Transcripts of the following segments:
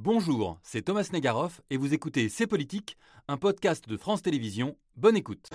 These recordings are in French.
Bonjour, c'est Thomas Negaroff et vous écoutez C'est Politique, un podcast de France Télévisions. Bonne écoute.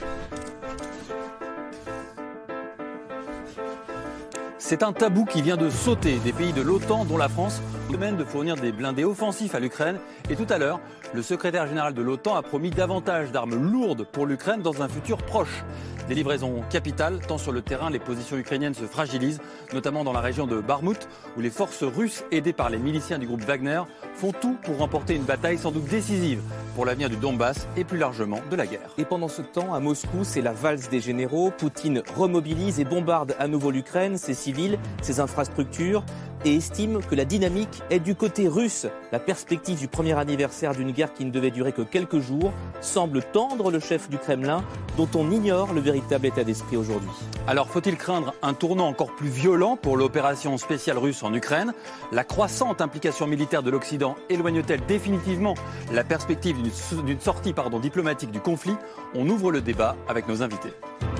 C'est un tabou qui vient de sauter des pays de l'OTAN, dont la France, demande de fournir des blindés offensifs à l'Ukraine. Et tout à l'heure, le secrétaire général de l'OTAN a promis davantage d'armes lourdes pour l'Ukraine dans un futur proche. Des livraisons capitales, tant sur le terrain, les positions ukrainiennes se fragilisent, notamment dans la région de Barmout, où les forces russes, aidées par les miliciens du groupe Wagner, font tout pour remporter une bataille sans doute décisive pour l'avenir du Donbass et plus largement de la guerre. Et pendant ce temps, à Moscou, c'est la valse des généraux. Poutine remobilise et bombarde à nouveau l'Ukraine, ses civils, ses infrastructures, et estime que la dynamique est du côté russe. La perspective du premier anniversaire d'une guerre qui ne devait durer que quelques jours semble tendre le chef du Kremlin, dont on ignore le véritable état d'esprit aujourd'hui. Alors faut-il craindre un tournant encore plus violent pour l'opération spéciale russe en Ukraine ? La croissante implication militaire de l'Occident éloigne-t-elle définitivement la perspective d'une sortie diplomatique du conflit ? On ouvre le débat avec nos invités.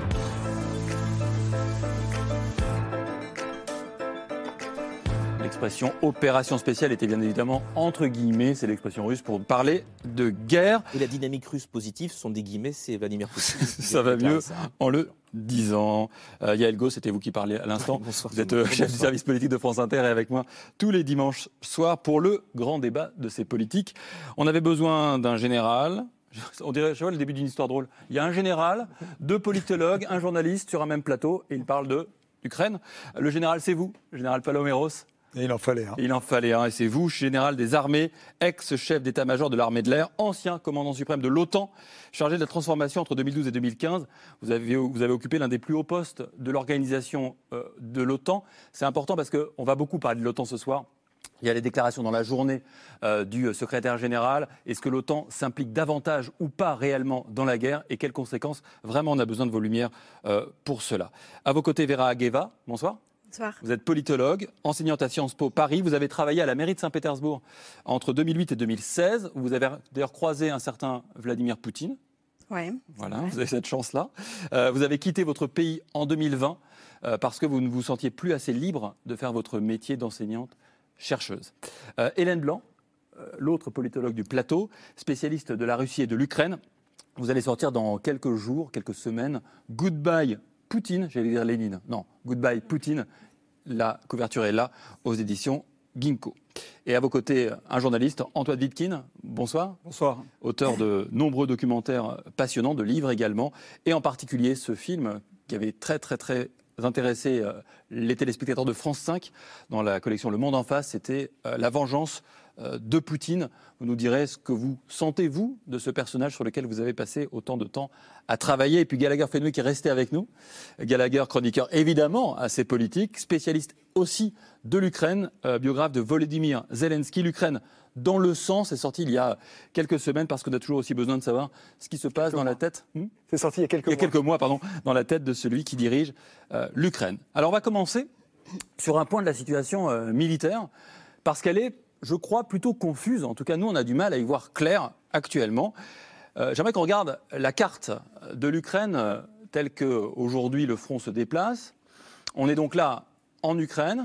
L'expression opération spéciale était bien évidemment entre guillemets, c'est l'expression russe pour parler de guerre. Et la dynamique russe positive, ce sont des guillemets, c'est Vladimir Poutine. Ça va mieux en le disant. Yael Gau, c'était vous qui parliez à l'instant. Bonsoir. Vous êtes chef du service politique de France Inter et avec moi tous les dimanches soirs pour le grand débat de ces politiques. On avait besoin d'un général. On dirait, je vois le début d'une histoire drôle. Il y a un général, deux politologues, un journaliste sur un même plateau et ils parlent d'Ukraine. Le général, c'est vous, général Paloméros. Et il en fallait un. Il en fallait un, et c'est vous, général des armées, ex-chef d'état-major de l'armée de l'air, ancien commandant suprême de l'OTAN, chargé de la transformation entre 2012 et 2015. Vous avez occupé l'un des plus hauts postes de l'organisation de l'OTAN. C'est important parce qu'on va beaucoup parler de l'OTAN ce soir. Il y a les déclarations dans la journée du secrétaire général. Est-ce que l'OTAN s'implique davantage ou pas réellement dans la guerre et quelles conséquences ? Vraiment, on a besoin de vos lumières pour cela. À vos côtés, Vera Ageva. Bonsoir. Bonsoir. Vous êtes politologue, enseignante à Sciences Po Paris. Vous avez travaillé à la mairie de Saint-Pétersbourg entre 2008 et 2016. Vous avez d'ailleurs croisé un certain Vladimir Poutine. Oui. Voilà, vous avez cette chance-là. Vous avez quitté votre pays en 2020 parce que vous ne vous sentiez plus assez libre de faire votre métier d'enseignante-chercheuse. Hélène Blanc, l'autre politologue du plateau, spécialiste de la Russie et de l'Ukraine. Vous allez sortir dans quelques jours, quelques semaines, Goodbye Poutine, j'allais dire Lénine, non, Goodbye Poutine, la couverture est là, aux éditions Ginkgo. Et à vos côtés, un journaliste, Antoine Wittkin, bonsoir. Bonsoir. Auteur de nombreux documentaires passionnants, de livres également, et en particulier ce film qui avait très intéressé les téléspectateurs de France 5 dans la collection Le Monde en face, c'était La vengeance de Poutine. Vous nous direz ce que vous sentez, vous, de ce personnage sur lequel vous avez passé autant de temps à travailler. Et puis Gallagher Fenwick qui est resté avec nous. Gallagher, chroniqueur évidemment assez politique, spécialiste aussi de l'Ukraine, biographe de Volodymyr Zelensky. L'Ukraine dans le sang, c'est sorti il y a quelques semaines parce qu'on a toujours aussi besoin de savoir ce qui se passe dans la tête. C'est sorti il y a quelques mois, dans la tête de celui qui dirige l'Ukraine. Alors on va commencer sur un point de la situation militaire parce qu'elle est, je crois, plutôt confuse. En tout cas, nous, on a du mal à y voir clair actuellement. J'aimerais qu'on regarde la carte de l'Ukraine telle qu'aujourd'hui le front se déplace. On est donc là en Ukraine.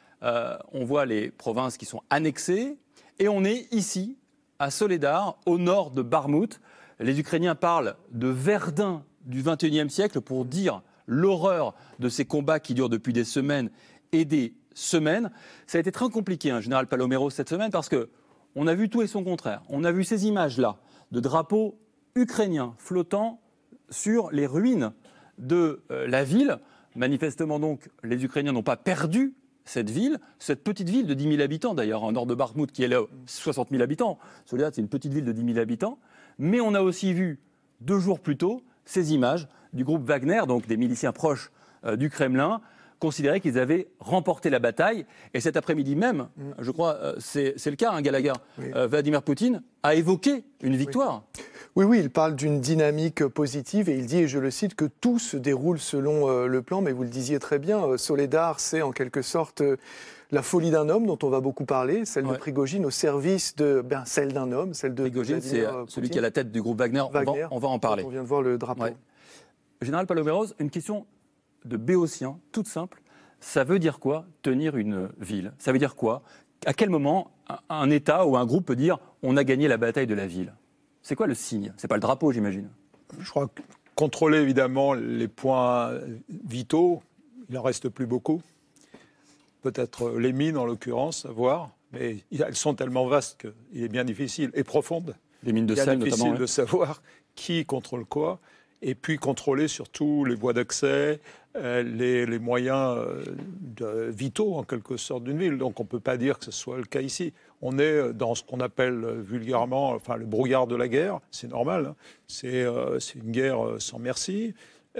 On voit les provinces qui sont annexées. Et on est ici, à Soledar, au nord de Barmout. Les Ukrainiens parlent de Verdun du XXIe siècle pour dire l'horreur de ces combats qui durent depuis des semaines et des semaines. Ça a été très compliqué, général Paloméros, cette semaine, parce qu'on a vu tout et son contraire. On a vu ces images-là de drapeaux ukrainiens flottant sur les ruines de la ville. Manifestement, donc, les Ukrainiens n'ont pas perdu cette petite ville de 10 000 habitants, d'ailleurs, au nord de Bakhmout, qui est là, 60 000 habitants. Soledar, c'est une petite ville de 10 000 habitants. Mais on a aussi vu, 2 jours plus tôt, ces images du groupe Wagner, donc des miliciens proches du Kremlin, considéraient qu'ils avaient remporté la bataille. Et cet après-midi même, je crois, c'est le cas, Gallagher, oui. Vladimir Poutine a évoqué une victoire. Oui, il parle d'une dynamique positive et il dit, et je le cite, que tout se déroule selon le plan. Mais vous le disiez très bien, Soledar, c'est en quelque sorte la folie d'un homme dont on va beaucoup parler, celle de Prigojine au service de celle d'un homme, celle de Prigojine, c'est celui qui est à la tête du groupe Wagner. On va en parler. On vient de voir le drapeau. Ouais. Général Paloméros, une question de béotien, toute simple. Ça veut dire quoi, tenir une ville ? Ça veut dire quoi ? À quel moment un État ou un groupe peut dire « on a gagné la bataille de la ville » ? C'est quoi le signe ? C'est pas le drapeau, j'imagine. Je crois que contrôler évidemment les points vitaux, il n'en reste plus beaucoup. Peut-être les mines en l'occurrence, à voir, mais elles sont tellement vastes qu'il est bien difficile, et profondes. Les mines de sel notamment. C'est difficile de savoir qui contrôle quoi, et puis contrôler surtout les voies d'accès, les moyens vitaux en quelque sorte d'une ville. Donc on ne peut pas dire que ce soit le cas ici. On est dans ce qu'on appelle vulgairement le brouillard de la guerre, c'est normal, hein. C'est une guerre sans merci.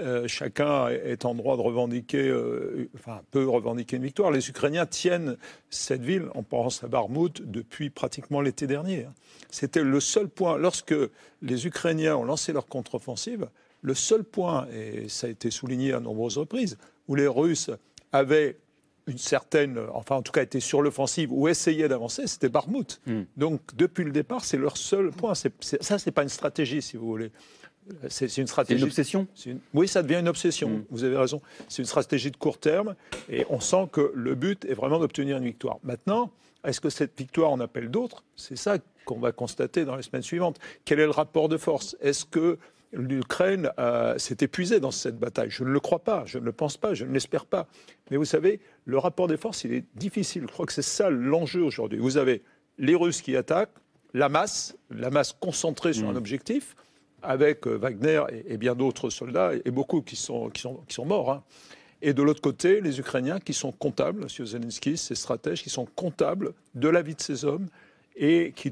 Chacun est en droit de revendiquer, peut revendiquer une victoire. Les Ukrainiens tiennent cette ville, on pense à Bakhmout, depuis pratiquement l'été dernier. C'était le seul point, lorsque les Ukrainiens ont lancé leur contre-offensive, le seul point, et ça a été souligné à nombreuses reprises, où les Russes avaient une certaine, en tout cas étaient sur l'offensive ou essayaient d'avancer, c'était Bakhmout. Donc depuis le départ, c'est leur seul point. Ça, c'est pas une stratégie, si vous voulez. C'est une stratégie. C'est une obsession ? Oui, ça devient une obsession. Vous avez raison. C'est une stratégie de court terme et on sent que le but est vraiment d'obtenir une victoire. Maintenant, est-ce que cette victoire en appelle d'autres ? C'est ça qu'on va constater dans les semaines suivantes. Quel est le rapport de force ? Est-ce que l'Ukraine s'est épuisée dans cette bataille ? Je ne le crois pas, je ne le pense pas, je ne l'espère pas. Mais vous savez, le rapport des forces, il est difficile. Je crois que c'est ça l'enjeu aujourd'hui. Vous avez les Russes qui attaquent, la masse concentrée sur un objectif, avec Wagner et bien d'autres soldats, et beaucoup qui sont morts. Hein. Et de l'autre côté, les Ukrainiens qui sont comptables, M. Zelensky, ses stratèges, qui sont comptables de la vie de ces hommes et qui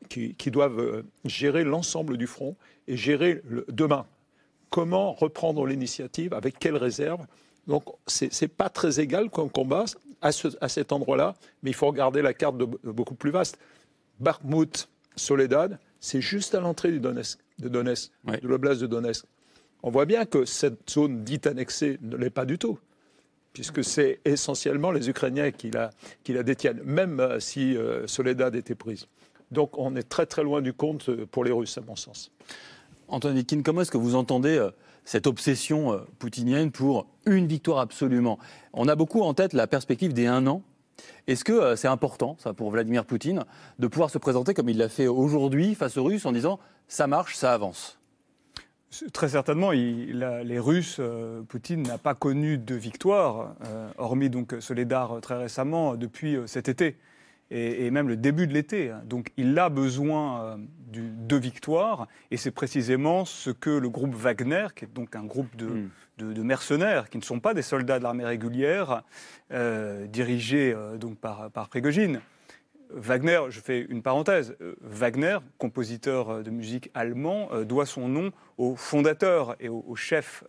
doivent gérer l'ensemble du front et gérer demain. Comment reprendre l'initiative, avec quelles réserves ? Donc, c'est pas très égal comme combat à cet endroit-là, mais il faut regarder la carte de beaucoup plus vaste. Bakhmout, Soledad, c'est juste à l'entrée de Donetsk, oui. de l'oblast de Donetsk. On voit bien que cette zone dite annexée ne l'est pas du tout, puisque c'est essentiellement les Ukrainiens qui la détiennent, même si Soledad était prise. Donc on est très très loin du compte pour les Russes, à mon sens. Antoine Vitkine, comment est-ce que vous entendez cette obsession poutinienne pour une victoire absolument ? On a beaucoup en tête la perspective des 1 an. Est-ce que c'est important, ça, pour Vladimir Poutine, de pouvoir se présenter comme il l'a fait aujourd'hui face aux Russes en disant « ça marche, ça avance » ? Très certainement, les Russes, Poutine n'a pas connu de victoire, hormis donc Soledar très récemment, depuis cet été, et même le début de l'été. Donc il a besoin de victoires, et c'est précisément ce que le groupe Wagner, qui est donc un groupe de mercenaires, qui ne sont pas des soldats de l'armée régulière, dirigés donc par Prigojine. Wagner, je fais une parenthèse, Wagner, compositeur de musique allemand, doit son nom au fondateur et au chef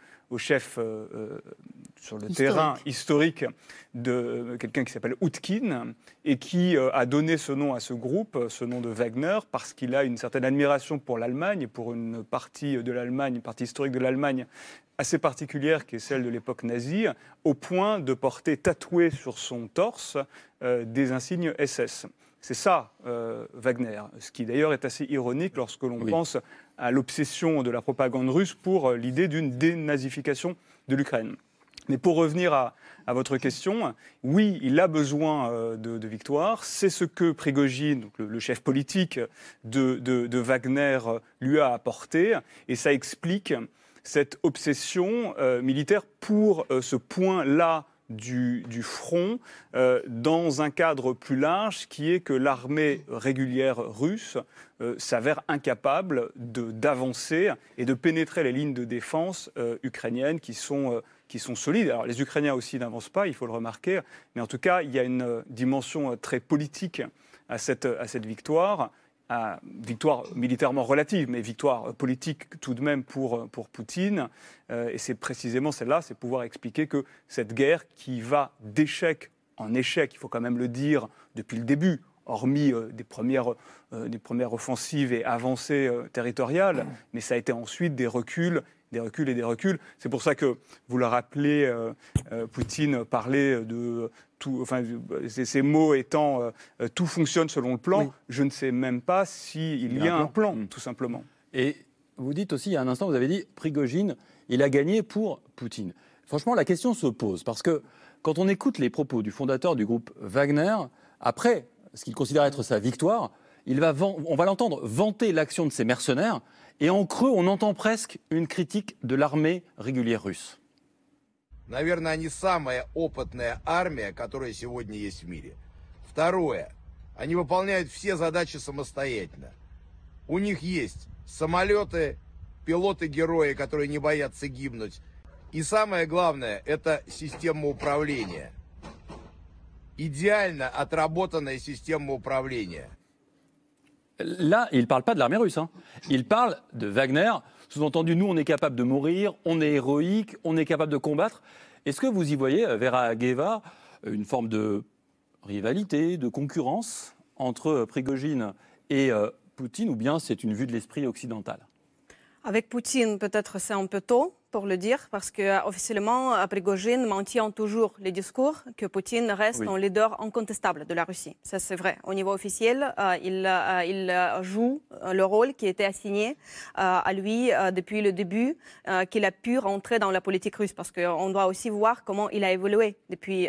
sur le terrain historique de quelqu'un qui s'appelle Outkin et qui a donné ce nom à ce groupe, ce nom de Wagner, parce qu'il a une certaine admiration pour l'Allemagne et pour une partie de l'Allemagne, une partie historique de l'Allemagne assez particulière qui est celle de l'époque nazie, au point de porter tatoué sur son torse des insignes SS. C'est ça, Wagner, ce qui d'ailleurs est assez ironique lorsque l'on pense à l'obsession de la propagande russe pour l'idée d'une dénazification de l'Ukraine. Mais pour revenir à votre question, oui, il a besoin de victoire. C'est ce que Prigojine, donc le chef politique de Wagner, lui a apporté. Et ça explique cette obsession militaire pour ce point-là du front dans un cadre plus large qui est que l'armée régulière russe s'avère incapable d'avancer et de pénétrer les lignes de défense ukrainiennes qui sont solides. Alors les Ukrainiens aussi n'avancent pas, il faut le remarquer, mais en tout cas il y a une dimension très politique à cette victoire. Victoire militairement relative, mais victoire politique tout de même pour Poutine. Et c'est précisément celle-là, c'est pouvoir expliquer que cette guerre qui va d'échec en échec, il faut quand même le dire, depuis le début, hormis des premières offensives et avancées territoriales, mais ça a été ensuite des reculs. C'est pour ça que, vous le rappelez, Poutine parlait de tout, ces mots étant tout fonctionne selon le plan. Oui. Je ne sais même pas s'il y a un plan, tout simplement. Et vous dites aussi, il y a un instant, vous avez dit Prigojine, il a gagné pour Poutine. Franchement, la question se pose, parce que quand on écoute les propos du fondateur du groupe Wagner, après ce qu'il considère être sa victoire, on va l'entendre vanter l'action de ces mercenaires, et en creux, on entend presque une critique de l'armée régulière russe. Наверное, они самая опытная армия, которая сегодня есть в мире. Второе. Они выполняют все задачи самостоятельно. У них есть самолеты, пилоты-герои, которые не боятся гибнуть. И самое главное, это система управления. Идеально отработанная система управления. Là, il ne parle pas de l'armée russe. Il parle de Wagner. Sous-entendu, nous, on est capable de mourir, on est héroïque, on est capable de combattre. Est-ce que vous y voyez, Vera Geva, une forme de rivalité, de concurrence entre Prigojine et Poutine, ou bien c'est une vue de l'esprit occidental ? Avec Poutine, peut-être c'est un peu tôt pour le dire, parce que officiellement, Prigojine maintient toujours le discours que Poutine reste un leader incontestable de la Russie. Ça, c'est vrai. Au niveau officiel, il joue le rôle qui était assigné à lui depuis le début, qu'il a pu rentrer dans la politique russe, parce qu'on doit aussi voir comment il a évolué depuis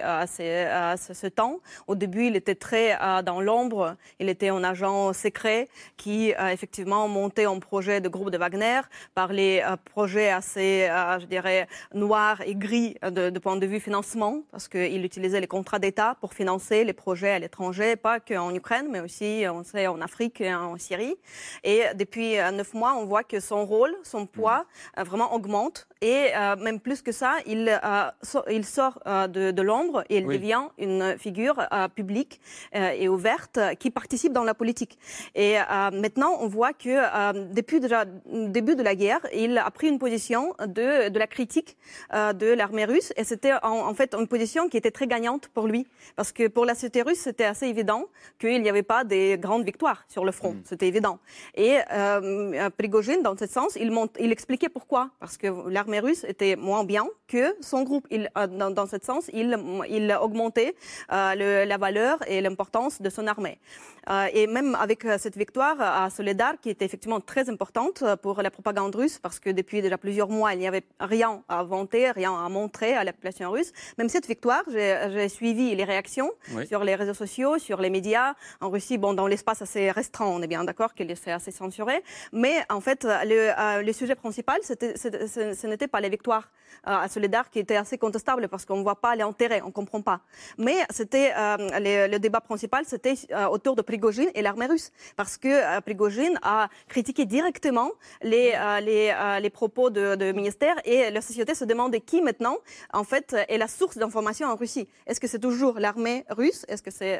ce temps. Au début, il était très dans l'ombre. Il était un agent secret qui, effectivement, montait un projet de groupe de Wagner par les projets assez je dirais, noir et gris de point de vue financement, parce qu'il utilisait les contrats d'État pour financer les projets à l'étranger, pas qu'en Ukraine, mais aussi, on sait, en Afrique et en Syrie. Et depuis 9 mois, on voit que son rôle, son poids, vraiment augmente. Et même plus que ça, il sort de l'ombre et il devient une figure publique et ouverte qui participe dans la politique. Et maintenant, on voit que depuis le début de la guerre, il a pris une position de la critique de l'armée russe. Et c'était en fait une position qui était très gagnante pour lui. Parce que pour la société russe, c'était assez évident qu'il n'y avait pas des grandes victoires sur le front. C'était évident. Et Prigojine, dans ce sens, il expliquait pourquoi. Parce que l'armée russe était moins bien que son groupe. Dans ce sens, il augmentait la valeur et l'importance de son armée. Et même avec cette victoire à Soledar, qui était effectivement très importante pour la propagande russe, parce que depuis déjà plusieurs mois, il n'y avait rien à vanter, rien à montrer à la population russe. Même cette victoire, j'ai suivi les réactions sur les réseaux sociaux, sur les médias. En Russie, bon, dans l'espace assez restreint, on est bien d'accord que c'est assez censuré. Mais en fait, le sujet principal, ce n'était pas les victoires à Soledar, qui étaient assez contestables, parce qu'on ne voit pas l'intérêt, on ne comprend pas. Mais c'était le débat principal, c'était autour de Prigojine et l'armée russe. Parce que Prigojine a critiqué directement les propos de ministère, et la société se demande qui maintenant, en fait, est la source d'information en Russie. Est-ce que c'est toujours l'armée russe? Est-ce que c'est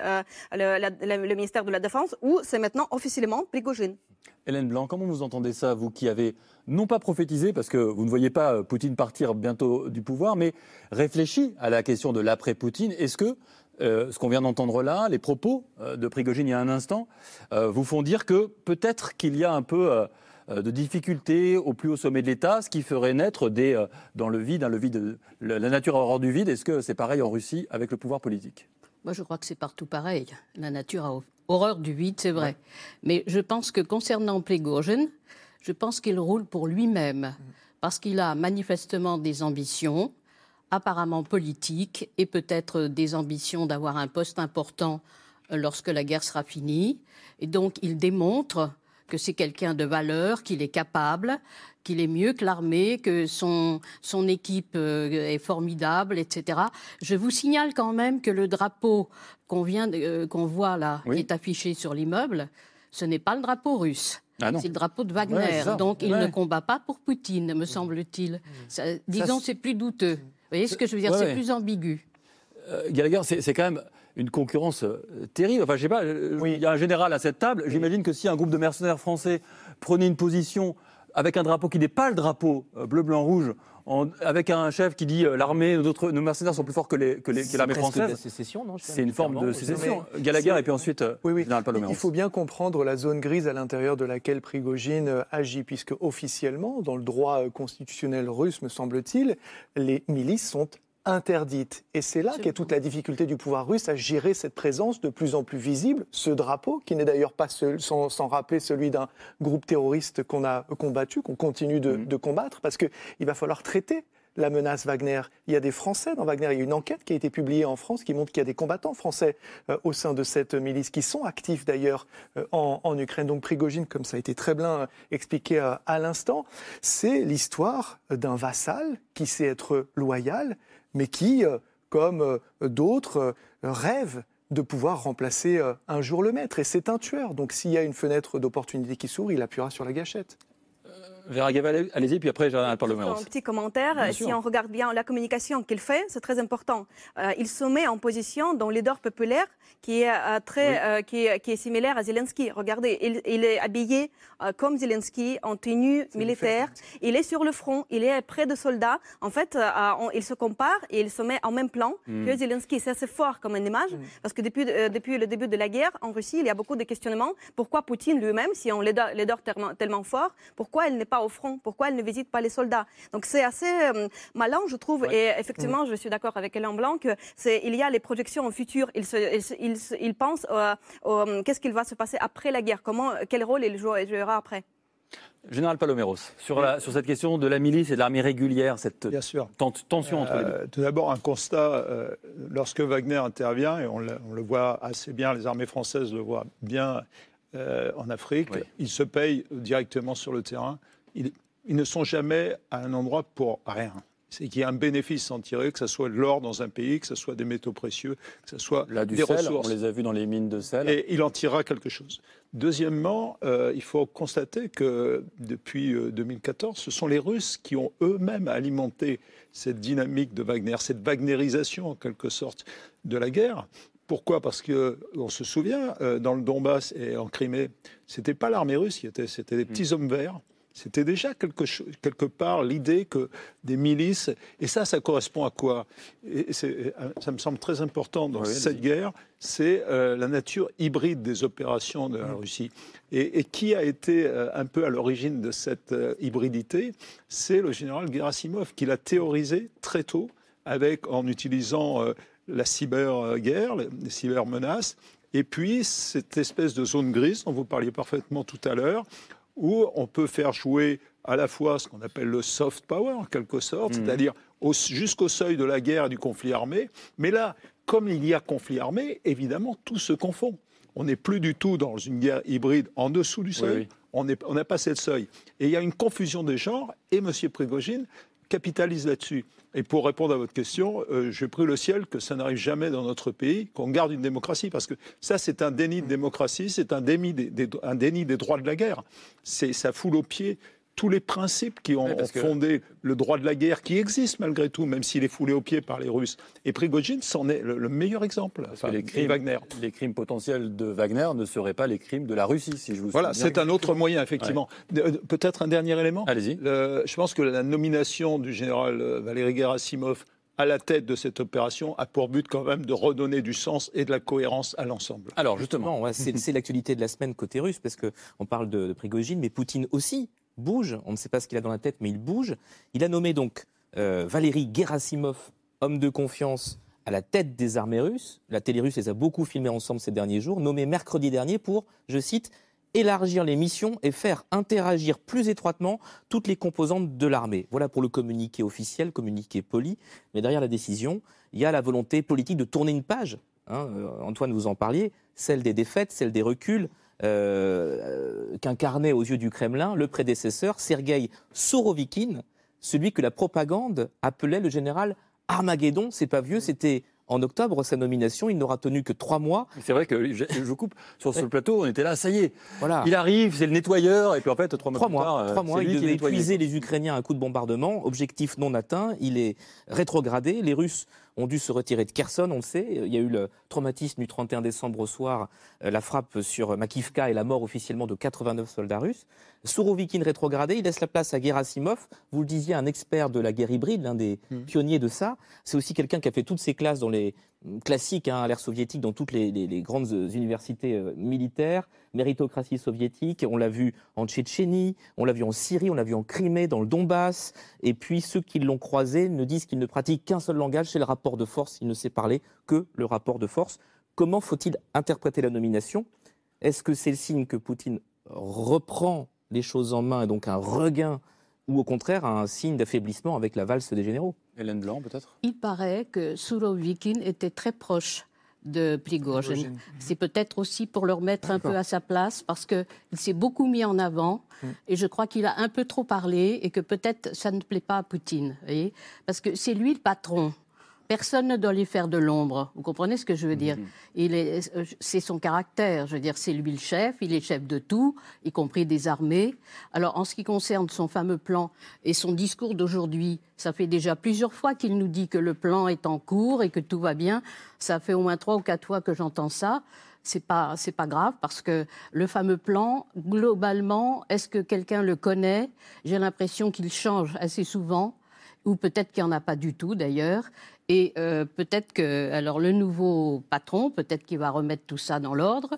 le ministère de la Défense? Ou c'est maintenant officiellement Prigojine? Hélène Blanc, comment vous entendez ça, vous qui avez non pas prophétisé, parce que vous ne voyez pas Poutine partir bientôt du pouvoir, mais réfléchi à la question de l'après-Poutine? Est-ce que ce qu'on vient d'entendre là, les propos de Prigojine il y a un instant, vous font dire que peut-être qu'il y a un peu de difficultés au plus haut sommet de l'État, ce qui ferait naître dans le vide, la nature a horreur du vide? Est-ce que c'est pareil en Russie avec le pouvoir politique? Moi, je crois que c'est partout pareil. La nature a horreur du vide, c'est vrai. Mais je pense que concernant Prigojine, je pense qu'il roule pour lui-même, parce qu'il a manifestement des ambitions, apparemment politiques, et peut-être des ambitions d'avoir un poste important lorsque la guerre sera finie. Et donc, il démontre que c'est quelqu'un de valeur, qu'il est capable, qu'il est mieux que l'armée, que son équipe est formidable, etc. Je vous signale quand même que le drapeau qu'on voit là, qui est affiché sur l'immeuble, ce n'est pas le drapeau russe. Ah c'est le drapeau de Wagner. Donc, il ne combat pas pour Poutine, me semble-t-il. Disons, c'est plus douteux. Vous voyez ce que je veux dire? C'est plus ambigu. Gallagher, c'est quand même une concurrence terrible. Enfin, je sais pas, il y a un général à cette table. J'imagine que si un groupe de mercenaires français prenait une position avec un drapeau qui n'est pas le drapeau bleu, blanc, rouge, avec un chef qui dit l'armée, nos mercenaires sont plus forts que l'armée française. C'est sécession, non? C'est une forme de sécession. Gallagher et puis ensuite Général Paloméros. Il faut bien comprendre la zone grise à l'intérieur de laquelle Prigojine agit, puisque officiellement, dans le droit constitutionnel russe, me semble-t-il, les milices sont interdites. Et c'est là qu'est toute la difficulté du pouvoir russe à gérer cette présence de plus en plus visible, ce drapeau, qui n'est d'ailleurs pas sans rappeler celui d'un groupe terroriste qu'on a combattu, qu'on continue de combattre, parce qu'il va falloir traiter la menace Wagner. Il y a des Français dans Wagner. Il y a une enquête qui a été publiée en France qui montre qu'il y a des combattants français au sein de cette milice qui sont actifs d'ailleurs en Ukraine. Donc Prigojine, comme ça a été très bien expliqué à l'instant, c'est l'histoire d'un vassal qui sait être loyal, mais qui, comme d'autres, rêve de pouvoir remplacer un jour le maître. Et c'est un tueur. Donc s'il y a une fenêtre d'opportunité qui s'ouvre, il appuiera sur la gâchette. Vera Gavel, allez-y, puis après, j'en parle de Un petit commentaire. Si on regarde bien la communication qu'il fait, c'est très important. Il se met en position d'un leader populaire qui est, qui est similaire à Zelensky. Regardez, il est habillé comme Zelensky, en tenue militaire. Il est sur le front, il est près de soldats. En fait, il se compare et il se met en même plan que Zelensky. C'est assez fort comme une image, parce que depuis le début de la guerre en Russie, il y a beaucoup de questionnements. Pourquoi Poutine lui-même, si on leader tellement fort, pourquoi il n'est pas au front? Pourquoi elle ne visite pas les soldats? Donc c'est assez malin, je trouve. Ouais. Et effectivement, je suis d'accord avec Alain Blanc qu'il y a les projections au futur. Il pense qu'est-ce qu'il va se passer après la guerre, quel rôle il jouera après. Général Paloméros, sur cette question de la milice et de l'armée régulière, cette tension entre les deux. Tout d'abord, un constat, lorsque Wagner intervient, et on le voit assez bien, les armées françaises le voient bien en Afrique, ils se payent directement sur le terrain. Ils ne sont jamais à un endroit pour rien. C'est qu'il y a un bénéfice en tirer, que ce soit de l'or dans un pays, que ce soit des métaux précieux, que ce soit des ressources. On les a vus dans les mines de sel. Et il en tirera quelque chose. Deuxièmement, il faut constater que depuis 2014, ce sont les Russes qui ont eux-mêmes alimenté cette dynamique de Wagner, cette wagnérisation en quelque sorte de la guerre. Pourquoi ? Parce qu'on se souvient, dans le Donbass et en Crimée, ce n'était pas l'armée russe, c'était des petits hommes verts. C'était déjà quelque part l'idée que des milices, et ça correspond à quoi ? Et ça me semble très important dans cette guerre, c'est la nature hybride des opérations de la Russie. Et qui a été un peu à l'origine de cette hybridité ? C'est le général Gerasimov, qui l'a théorisé très tôt, en utilisant la cyberguerre, les cybermenaces, et puis cette espèce de zone grise dont vous parliez parfaitement tout à l'heure, où on peut faire jouer à la fois ce qu'on appelle le soft power, en quelque sorte, c'est-à-dire jusqu'au seuil de la guerre et du conflit armé. Mais là, comme il y a conflit armé, évidemment, tout se confond. On n'est plus du tout dans une guerre hybride en dessous du seuil. On a passé le seuil. Et il y a une confusion des genres, et M. Prigojine capitalise là-dessus. Et pour répondre à votre question, je prie le ciel que ça n'arrive jamais dans notre pays, qu'on garde une démocratie, parce que ça, c'est un déni de démocratie, c'est un déni des droits de la guerre. Ça foule aux pieds tous les principes qui ont fondé le droit de la guerre, qui existe malgré tout, même s'il est foulé aux pieds par les Russes. Et Prigojine, c'en est le meilleur exemple. Les crimes potentiels de Wagner ne seraient pas les crimes de la Russie, si je vous souviens. Voilà, c'est un autre moyen, effectivement. Ouais. Peut-être un dernier élément. Allez-y. Je pense que la nomination du général Valéry Gerasimov à la tête de cette opération a pour but quand même de redonner du sens et de la cohérence à l'ensemble. Alors justement, c'est l'actualité de la semaine côté russe, parce qu'on parle de Prigojine, mais Poutine aussi bouge. On ne sait pas ce qu'il a dans la tête, mais il bouge. Il a nommé donc Valéry Gerasimov, homme de confiance, à la tête des armées russes. La télé russe les a beaucoup filmés ensemble ces derniers jours, nommé mercredi dernier pour, je cite, élargir les missions et faire interagir plus étroitement toutes les composantes de l'armée. Voilà pour le communiqué officiel, communiqué poli. Mais derrière la décision, il y a la volonté politique de tourner une page. Antoine, vous en parliez, celle des défaites, celle des reculs, qu'incarnait aux yeux du Kremlin le prédécesseur Sergueï Sourovikine, celui que la propagande appelait le général Armageddon. C'est pas vieux, c'était en octobre sa nomination, il n'aura tenu que 3 mois. C'est vrai que je coupe sur ce plateau, on était là, ça y est, il arrive, c'est le nettoyeur, et puis en fait 3 mois plus tard, 3 mois, il devait épuiser les Ukrainiens à un coup de bombardement, objectif non atteint, il est rétrogradé, les Russes ont dû se retirer de Kherson, on le sait. Il y a eu le traumatisme du 31 décembre au soir, la frappe sur Makivka et la mort officiellement de 89 soldats russes. Sourovikine rétrogradé, il laisse la place à Gerasimov. Vous le disiez, un expert de la guerre hybride, l'un des pionniers de ça. C'est aussi quelqu'un qui a fait toutes ses classes dans les classiques à l'ère soviétique, dans toutes les grandes universités militaires, méritocratie soviétique. On l'a vu en Tchétchénie, on l'a vu en Syrie, on l'a vu en Crimée, dans le Donbass. Et puis ceux qui l'ont croisé ne disent qu'il ne pratique qu'un seul langage, c'est le rapport de force. Il ne sait parler que le rapport de force. Comment faut-il interpréter la nomination ? Est-ce que c'est le signe que Poutine reprend les choses en main et donc un regain ou au contraire un signe d'affaiblissement avec la valse des généraux? Hélène Blanc, peut-être? Il paraît que Sourovikine était très proche de Prigojine. C'est peut-être aussi pour le remettre un peu à sa place, parce qu'il s'est beaucoup mis en avant, et je crois qu'il a un peu trop parlé, et que peut-être ça ne plaît pas à Poutine, vous voyez, parce que c'est lui le patron. Personne ne doit lui faire de l'ombre. Vous comprenez ce que je veux dire? C'est son caractère. Je veux dire, c'est lui le chef. Il est chef de tout, y compris des armées. Alors, en ce qui concerne son fameux plan et son discours d'aujourd'hui, ça fait déjà plusieurs fois qu'il nous dit que le plan est en cours et que tout va bien. Ça fait au moins 3 ou 4 fois que j'entends ça. C'est pas grave, parce que le fameux plan, globalement, est-ce que quelqu'un le connaît? J'ai l'impression qu'il change assez souvent, ou peut-être qu'il n'y en a pas du tout d'ailleurs. Et peut-être que, alors le nouveau patron, peut-être qu'il va remettre tout ça dans l'ordre.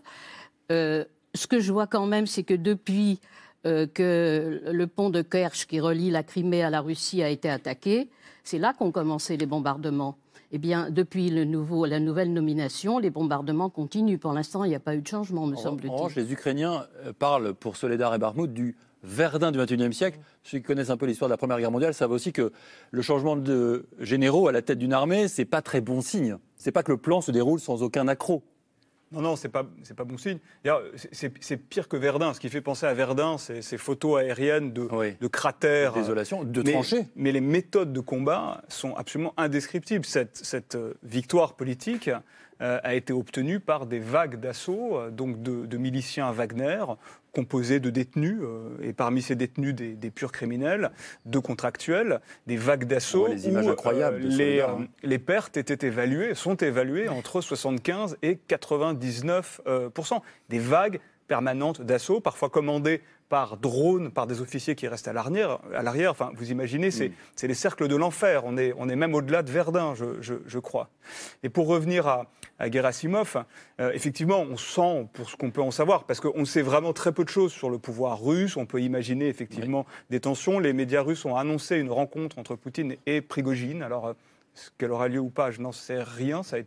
Ce que je vois quand même, c'est que depuis que le pont de Kerch qui relie la Crimée à la Russie a été attaqué, c'est là qu'ont commencé les bombardements. Eh bien, depuis la nouvelle nomination, les bombardements continuent. Pour l'instant, il n'y a pas eu de changement, me semble-t-il. En revanche, les Ukrainiens parlent pour Soledar et Bakhmout du Verdun du XXIe siècle. Ceux qui connaissent un peu l'histoire de la Première Guerre mondiale savent aussi que le changement de généraux à la tête d'une armée, c'est pas très bon signe. C'est pas que le plan se déroule sans aucun accroc. Non, c'est pas bon signe. C'est pire que Verdun. Ce qui fait penser à Verdun, c'est ces photos aériennes de cratères, de désolation, de tranchées. Mais les méthodes de combat sont absolument indescriptibles. Cette victoire politique a été obtenue par des vagues d'assaut, donc de miliciens Wagner, composés de détenus, et parmi ces détenus des purs criminels, de contractuels, des vagues d'assaut les images incroyables de les pertes sont évaluées entre 75 et 99%. Des vagues permanentes d'assaut, parfois commandées par drone, par des officiers qui restent à l'arrière. Enfin, vous imaginez, c'est les cercles de l'enfer. On est même au-delà de Verdun, je crois. Et pour revenir à Gerasimov, effectivement, on sent, pour ce qu'on peut en savoir, parce qu'on sait vraiment très peu de choses sur le pouvoir russe, on peut imaginer effectivement des tensions. Les médias russes ont annoncé une rencontre entre Poutine et Prigojine. Alors, est-ce qu'elle aura lieu ou pas, je n'en sais rien. Ça a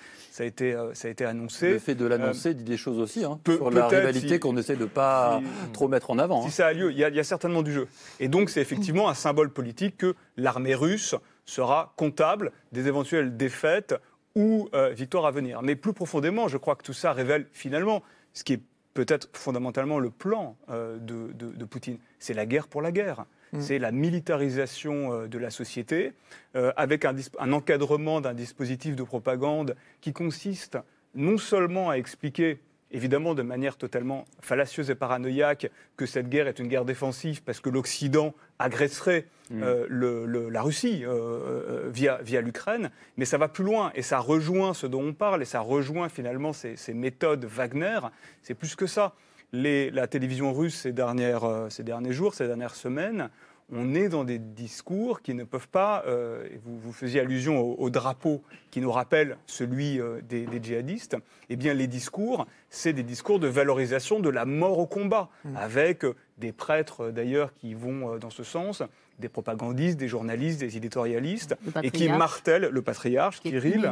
été annoncé. Le fait de l'annoncer dit des choses aussi, sur la rivalité qu'on essaie de ne pas trop mettre en avant. Si ça a lieu, il y a certainement du jeu. Et donc, c'est effectivement un symbole politique que l'armée russe sera comptable des éventuelles défaites ou victoires à venir. Mais plus profondément, je crois que tout ça révèle finalement ce qui est peut-être fondamentalement le plan de Poutine. C'est la guerre pour la guerre. C'est la militarisation de la société, avec un encadrement d'un dispositif de propagande qui consiste non seulement à expliquer, évidemment de manière totalement fallacieuse et paranoïaque, que cette guerre est une guerre défensive parce que l'Occident agresserait la Russie via l'Ukraine, mais ça va plus loin et ça rejoint ce dont on parle et ça rejoint finalement ces méthodes Wagner. C'est plus que ça. La télévision russe ces derniers jours, ces dernières semaines, on est dans des discours qui ne peuvent pas, vous faisiez allusion au drapeau qui nous rappelle celui des djihadistes, eh bien les discours, c'est des discours de valorisation de la mort au combat, avec des prêtres d'ailleurs qui vont dans ce sens, des propagandistes, des journalistes, des éditorialistes, et qui martèlent le patriarche Kirill,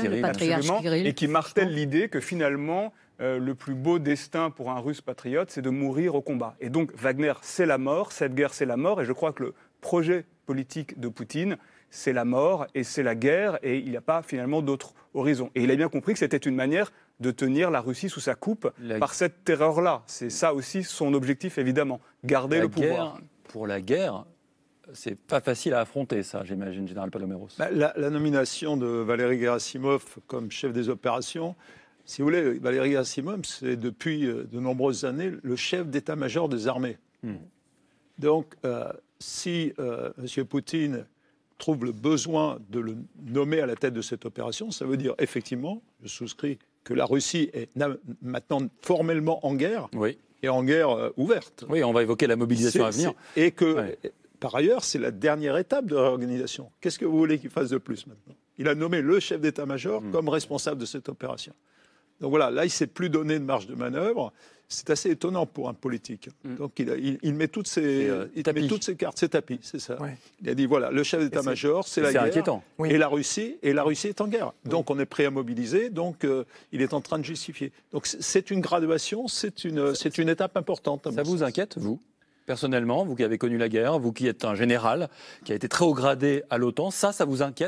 et qui martèlent l'idée que finalement, le plus beau destin pour un Russe patriote, c'est de mourir au combat. Et donc Wagner, c'est la mort, cette guerre, c'est la mort, et je crois que le projet politique de Poutine, c'est la mort et c'est la guerre, et il n'y a pas finalement d'autre horizon. Et il a bien compris que c'était une manière de tenir la Russie sous sa coupe par cette terreur-là. C'est ça aussi son objectif, évidemment, garder le pouvoir. Pour la guerre, c'est pas facile à affronter, ça, j'imagine, Général Paloméros. La nomination de Valéry Gerasimov comme chef des opérations, si vous voulez, Valéry Gerasimov, c'est depuis de nombreuses années le chef d'état-major des armées. Donc, si M. Poutine trouve le besoin de le nommer à la tête de cette opération, ça veut dire effectivement, je souscris, que la Russie est maintenant formellement en guerre, et en guerre ouverte. Oui, on va évoquer la mobilisation à venir. Et que, par ailleurs, c'est la dernière étape de réorganisation. Qu'est-ce que vous voulez qu'il fasse de plus maintenant? Il a nommé le chef d'état-major comme responsable de cette opération. Donc voilà, là, il ne s'est plus donné de marge de manœuvre. C'est assez étonnant pour un politique. Donc il met toutes ses cartes, c'est tapis, c'est ça. Il a dit voilà, le chef d'état-major, c'est la guerre. C'est inquiétant. Et la Russie est en guerre. Donc on est prêt à mobiliser. Donc il est en train de justifier. Donc c'est une graduation, c'est une étape importante. Ça vous inquiète, vous? personnellement, vous qui avez connu la guerre, vous qui êtes un général, qui a été très haut gradé à l'OTAN, ça vous inquiète ?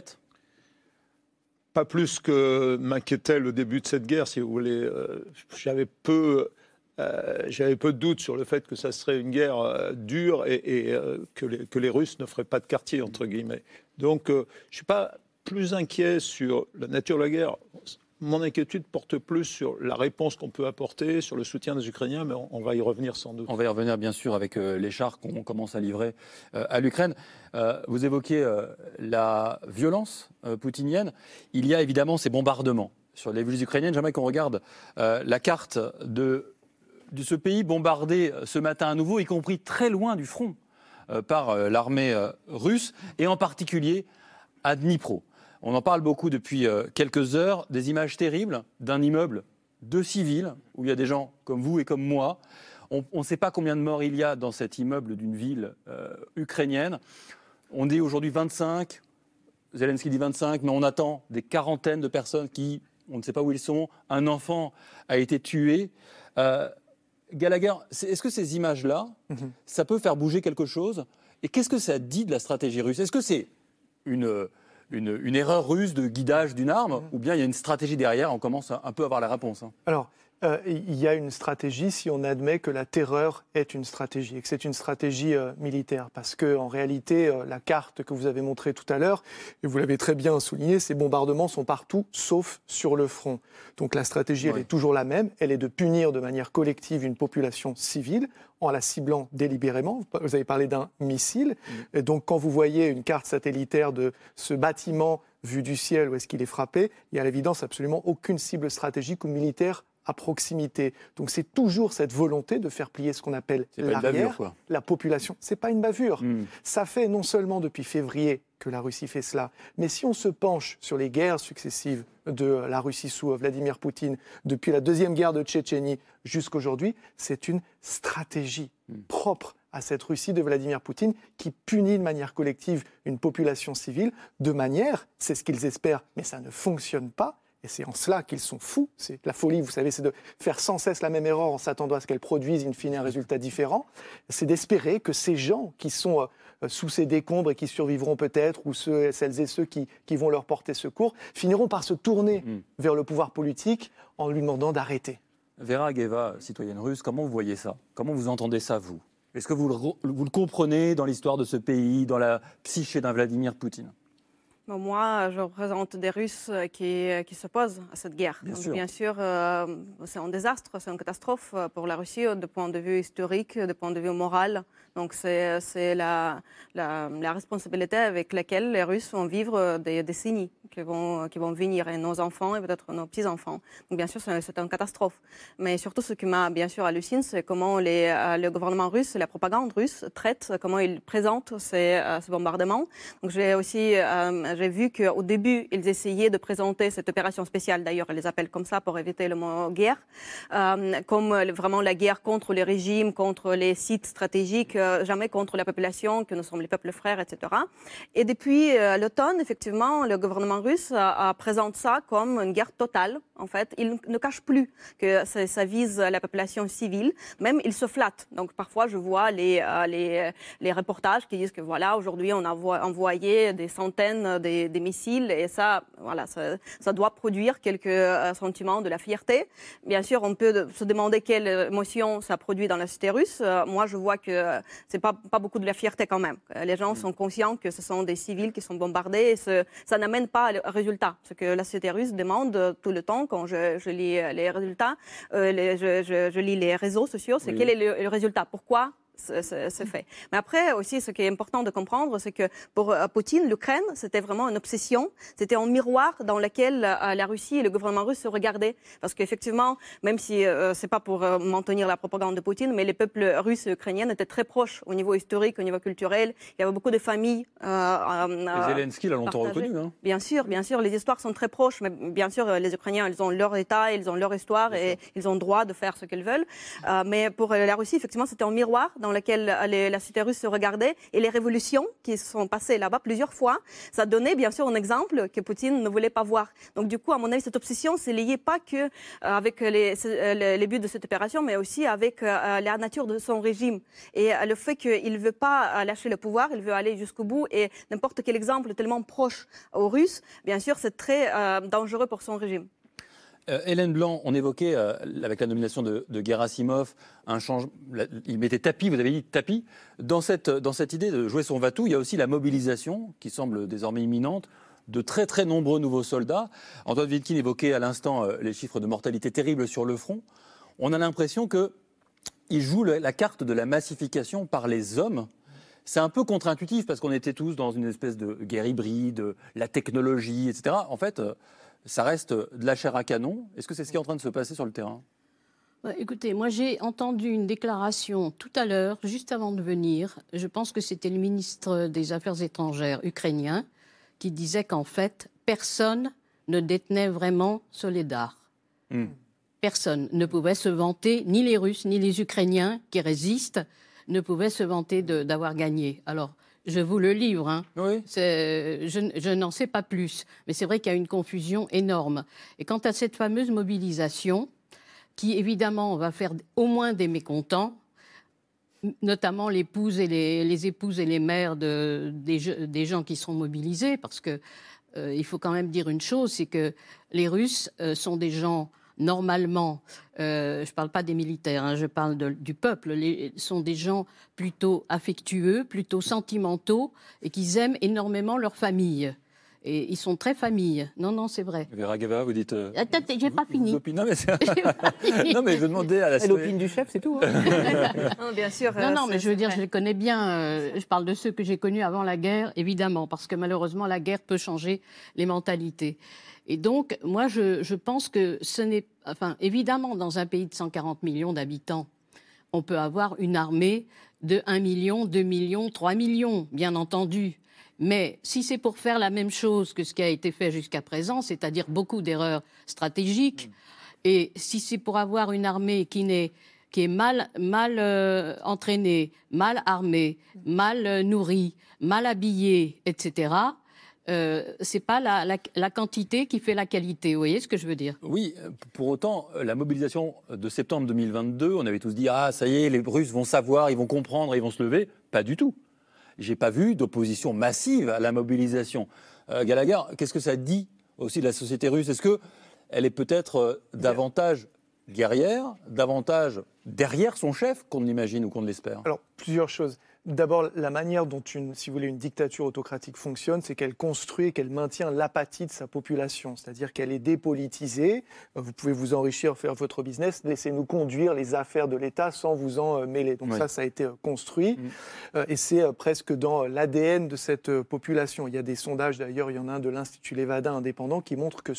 Pas plus que m'inquiétait le début de cette guerre, si vous voulez. J'avais peu de doutes sur le fait que ça serait une guerre dure et que les Russes ne feraient pas de quartier, entre guillemets. Donc, je ne suis pas plus inquiet sur la nature de la guerre. Mon inquiétude porte plus sur la réponse qu'on peut apporter, sur le soutien des Ukrainiens, mais on va y revenir sans doute. On va y revenir bien sûr avec les chars qu'on commence à livrer à l'Ukraine. Vous évoquiez la violence poutinienne. Il y a évidemment ces bombardements sur les villes ukrainiennes. J'aimerais qu'on regarde la carte de ce pays bombardé ce matin à nouveau, y compris très loin du front par l'armée russe, et en particulier à Dnipro. On en parle beaucoup depuis quelques heures, des images terribles d'un immeuble de civils, où il y a des gens comme vous et comme moi. On ne sait pas combien de morts il y a dans cet immeuble d'une ville ukrainienne. On dit aujourd'hui 25, Zelensky dit 25, mais on attend des quarantaines de personnes qui, on ne sait pas où ils sont. Un enfant a été tué. Gallagher, est-ce que ces images-là, ça peut faire bouger quelque chose ? Et qu'est-ce que ça dit de la stratégie russe ? Est-ce que c'est une erreur russe de guidage d'une arme, ou bien il y a une stratégie derrière, on commence un peu à avoir la réponse. Alors, il y a une stratégie si on admet que la terreur est une stratégie, et que c'est une stratégie militaire. Parce qu'en réalité, la carte que vous avez montrée tout à l'heure, et vous l'avez très bien souligné, ces bombardements sont partout, sauf sur le front. Donc la stratégie, elle est toujours la même, elle est de punir de manière collective une population civile, en la ciblant délibérément. Vous avez parlé d'un missile. Et donc, quand vous voyez une carte satellitaire de ce bâtiment vu du ciel où est-ce qu'il est frappé, il y a à l'évidence absolument aucune cible stratégique ou militaire à proximité. Donc, c'est toujours cette volonté de faire plier ce qu'on appelle l'arrière, la population. C'est pas une bavure. Ça fait non seulement depuis février que la Russie fait cela, mais si on se penche sur les guerres successives de la Russie sous Vladimir Poutine, depuis la deuxième guerre de Tchétchénie jusqu'aujourd'hui, c'est une stratégie propre à cette Russie de Vladimir Poutine qui punit de manière collective une population civile de manière, c'est ce qu'ils espèrent, mais ça ne fonctionne pas. Et c'est en cela qu'ils sont fous. C'est la folie, vous savez, c'est de faire sans cesse la même erreur en s'attendant à ce qu'elle produise in fine un résultat différent. C'est d'espérer que ces gens qui sont sous ces décombres et qui survivront peut-être, ou celles et ceux qui vont leur porter secours, finiront par se tourner vers le pouvoir politique en lui demandant d'arrêter. Vera Geva, citoyenne russe, comment vous voyez ça ? Comment vous entendez ça, vous ? Est-ce que vous le comprenez dans l'histoire de ce pays, dans la psyché d'un Vladimir Poutine ? Moi, je représente des Russes qui s'opposent à cette guerre. Bien sûr, c'est un désastre, c'est une catastrophe pour la Russie du point de vue historique, du point de vue moral. Donc c'est la responsabilité avec laquelle les Russes vont vivre des décennies qui vont venir, et nos enfants et peut-être nos petits-enfants. Donc bien sûr, c'est une catastrophe. Mais surtout, ce qui m'a bien sûr halluciné, c'est comment le gouvernement russe, la propagande russe traite, comment ils présentent ces bombardements. Donc j'ai vu qu'au début, ils essayaient de présenter cette opération spéciale, d'ailleurs, ils les appellent comme ça pour éviter le mot guerre, comme vraiment la guerre contre les régimes, contre les sites stratégiques, jamais contre la population, que nous sommes les peuples frères, etc. Et depuis l'automne, effectivement, le gouvernement russe présente ça comme une guerre totale. En fait, il ne cache plus que ça vise la population civile, même il se flatte. Donc parfois, je vois les reportages qui disent que voilà, aujourd'hui, on a envoyé des centaines des missiles, et ça doit produire quelques sentiments de la fierté. Bien sûr, on peut se demander quelle émotion ça produit dans la société russe. Moi, je vois que c'est pas beaucoup de la fierté quand même. Les gens sont conscients que ce sont des civils qui sont bombardés, et ça n'amène pas le résultat. Ce que la société russe demande tout le temps, quand je lis les résultats, je lis les réseaux sociaux, c'est quel est le résultat, pourquoi c'est fait. Mais après aussi, ce qui est important de comprendre, c'est que pour Poutine, l'Ukraine, c'était vraiment une obsession. C'était un miroir dans lequel la Russie et le gouvernement russe se regardaient. Parce qu'effectivement, même si c'est pas pour maintenir la propagande de Poutine, mais les peuples russes et ukrainiens étaient très proches au niveau historique, au niveau culturel. Il y avait beaucoup de familles. Zelensky l'a longtemps reconnu. Bien sûr, les histoires sont très proches. Mais bien sûr, les Ukrainiens, ils ont leur État, ils ont leur histoire, et ils ont le droit de faire ce qu'ils veulent. Mais pour la Russie, effectivement, c'était un miroir dans lequel la cité russe se regardait et les révolutions qui sont passées là-bas plusieurs fois, ça donnait bien sûr un exemple que Poutine ne voulait pas voir. Donc du coup, à mon avis, cette obsession, c'est lié pas que avec les buts de cette opération, mais aussi avec la nature de son régime et le fait qu'il ne veut pas lâcher le pouvoir, il veut aller jusqu'au bout et n'importe quel exemple tellement proche aux Russes, bien sûr, c'est très dangereux pour son régime. Hélène Blanc, on évoquait, avec la nomination de Gerasimov, un changement. Il mettait tapis, vous avez dit tapis. Dans cette idée de jouer son va-tout, il y a aussi la mobilisation, qui semble désormais imminente, de très très nombreux nouveaux soldats. Antoine Wilkin évoquait à l'instant les chiffres de mortalité terribles sur le front. On a l'impression qu'il joue la carte de la massification par les hommes. C'est un peu contre-intuitif, parce qu'on était tous dans une espèce de guerre hybride, la technologie, etc. En fait, ça reste de la chair à canon. Est-ce que c'est ce qui est en train de se passer sur le terrain ? Écoutez, moi j'ai entendu une déclaration tout à l'heure, juste avant de venir. Je pense que c'était le ministre des Affaires étrangères ukrainien qui disait qu'en fait, personne ne détenait vraiment Soledar. Personne ne pouvait se vanter, ni les Russes, ni les Ukrainiens qui résistent, ne pouvaient se vanter d'avoir gagné. Alors, je vous le livre, hein. Oui. Je n'en sais pas plus. Mais c'est vrai qu'il y a une confusion énorme. Et quant à cette fameuse mobilisation, qui évidemment va faire au moins des mécontents, notamment les épouses et les mères des gens qui seront mobilisés, parce que il faut quand même dire une chose, c'est que les Russes sont des gens... Normalement, je ne parle pas des militaires, hein, je parle du peuple, sont des gens plutôt affectueux, plutôt sentimentaux et qui aiment énormément leur famille. Et ils sont très famille. Non, c'est vrai. Vera Gava, vous dites... Attends, j'ai pas fini. Non, mais je demandais à la... C'est l'opinion du chef, c'est tout. Hein. Non, bien sûr. Non, mais je veux dire, je les connais bien. Je parle de ceux que j'ai connus avant la guerre, évidemment, parce que malheureusement, la guerre peut changer les mentalités. Et donc, moi, je pense que ce n'est... Enfin, évidemment, dans un pays de 140 millions d'habitants, on peut avoir une armée de 1 million, 2 millions, 3 millions, bien entendu. Mais si c'est pour faire la même chose que ce qui a été fait jusqu'à présent, c'est-à-dire beaucoup d'erreurs stratégiques, et si c'est pour avoir une armée qui est mal entraînée, mal armée, mal nourrie, mal habillée, etc., c'est pas la quantité qui fait la qualité. Vous voyez ce que je veux dire ? Oui, pour autant, la mobilisation de septembre 2022, on avait tous dit « Ah, ça y est, les Russes vont savoir, ils vont comprendre, ils vont se lever ». Pas du tout. J'ai pas vu d'opposition massive à la mobilisation. Gallagher, qu'est-ce que ça dit aussi de la société russe ? Est-ce qu'elle est peut-être davantage guerrière, davantage derrière son chef qu'on l'imagine ou qu'on l'espère ? Alors, plusieurs choses. D'abord, la manière dont une dictature autocratique fonctionne, c'est qu'elle construit et qu'elle maintient l'apathie de sa population. C'est-à-dire qu'elle est dépolitisée. Vous pouvez vous enrichir, faire votre business, laissez-nous conduire les affaires de l'État sans vous en mêler. Donc ça a été construit. Et c'est presque dans l'ADN de cette population. Il y a des sondages, d'ailleurs, il y en a un de l'Institut Levada indépendant qui montre que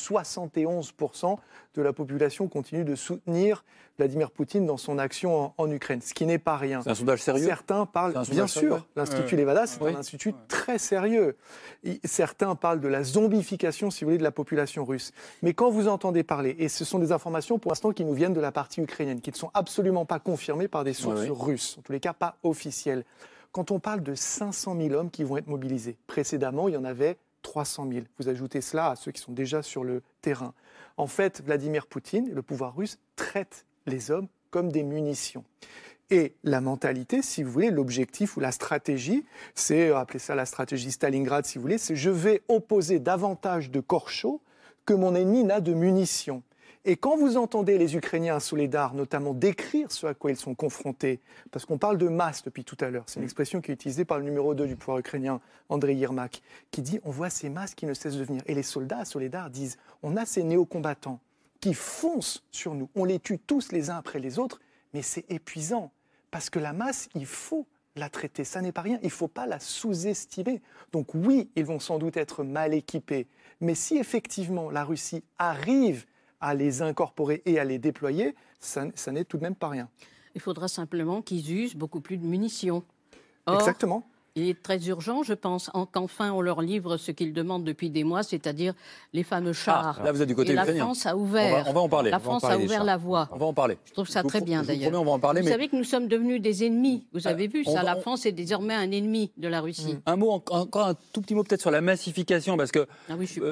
71% de la population continue de soutenir Vladimir Poutine dans son action en Ukraine, ce qui n'est pas rien. C'est un sondage sérieux ? Certains parlent, bien sûr, l'Institut Levada, c'est un institut très sérieux. Certains parlent de la zombification, si vous voulez, de la population russe. Mais quand vous entendez parler, et ce sont des informations pour l'instant qui nous viennent de la partie ukrainienne, qui ne sont absolument pas confirmées par des sources russes, en tous les cas pas officielles. Quand on parle de 500 000 hommes qui vont être mobilisés, précédemment, il y en avait 300 000. Vous ajoutez cela à ceux qui sont déjà sur le terrain. En fait, Vladimir Poutine, le pouvoir russe, traite les hommes comme des munitions. Et la mentalité, si vous voulez, l'objectif ou la stratégie, c'est, appelez ça la stratégie Stalingrad si vous voulez, c'est je vais opposer davantage de corps chauds que mon ennemi n'a de munitions. Et quand vous entendez les Ukrainiens à Soledar, notamment, décrire ce à quoi ils sont confrontés, parce qu'on parle de masse depuis tout à l'heure, c'est une expression qui est utilisée par le numéro 2 du pouvoir ukrainien, Andrei Yermak, qui dit « on voit ces masses qui ne cessent de venir ». Et les soldats à Soledar disent « on a ces néocombattants qui foncent sur nous, on les tue tous les uns après les autres, mais c'est épuisant, parce que la masse, il faut la traiter, ça n'est pas rien, il ne faut pas la sous-estimer. Donc oui, ils vont sans doute être mal équipés, mais si effectivement la Russie arrive à les incorporer et à les déployer, ça n'est tout de même pas rien. Il faudra simplement qu'ils usent beaucoup plus de munitions. Or, exactement. Il est très urgent, je pense, qu'enfin on leur livre ce qu'ils demandent depuis des mois, c'est-à-dire les fameux chars. Là, vous êtes du côté ukrainien. ukrainien. La France a ouvert. On va en parler. La France a ouvert la voie. On va en parler. Je trouve ça très bien, d'ailleurs. On va en parler. Vous savez que nous sommes devenus des ennemis. Vous avez vu ça. La France est désormais un ennemi de la Russie. Un mot, encore un tout petit mot peut-être sur la massification, parce que... La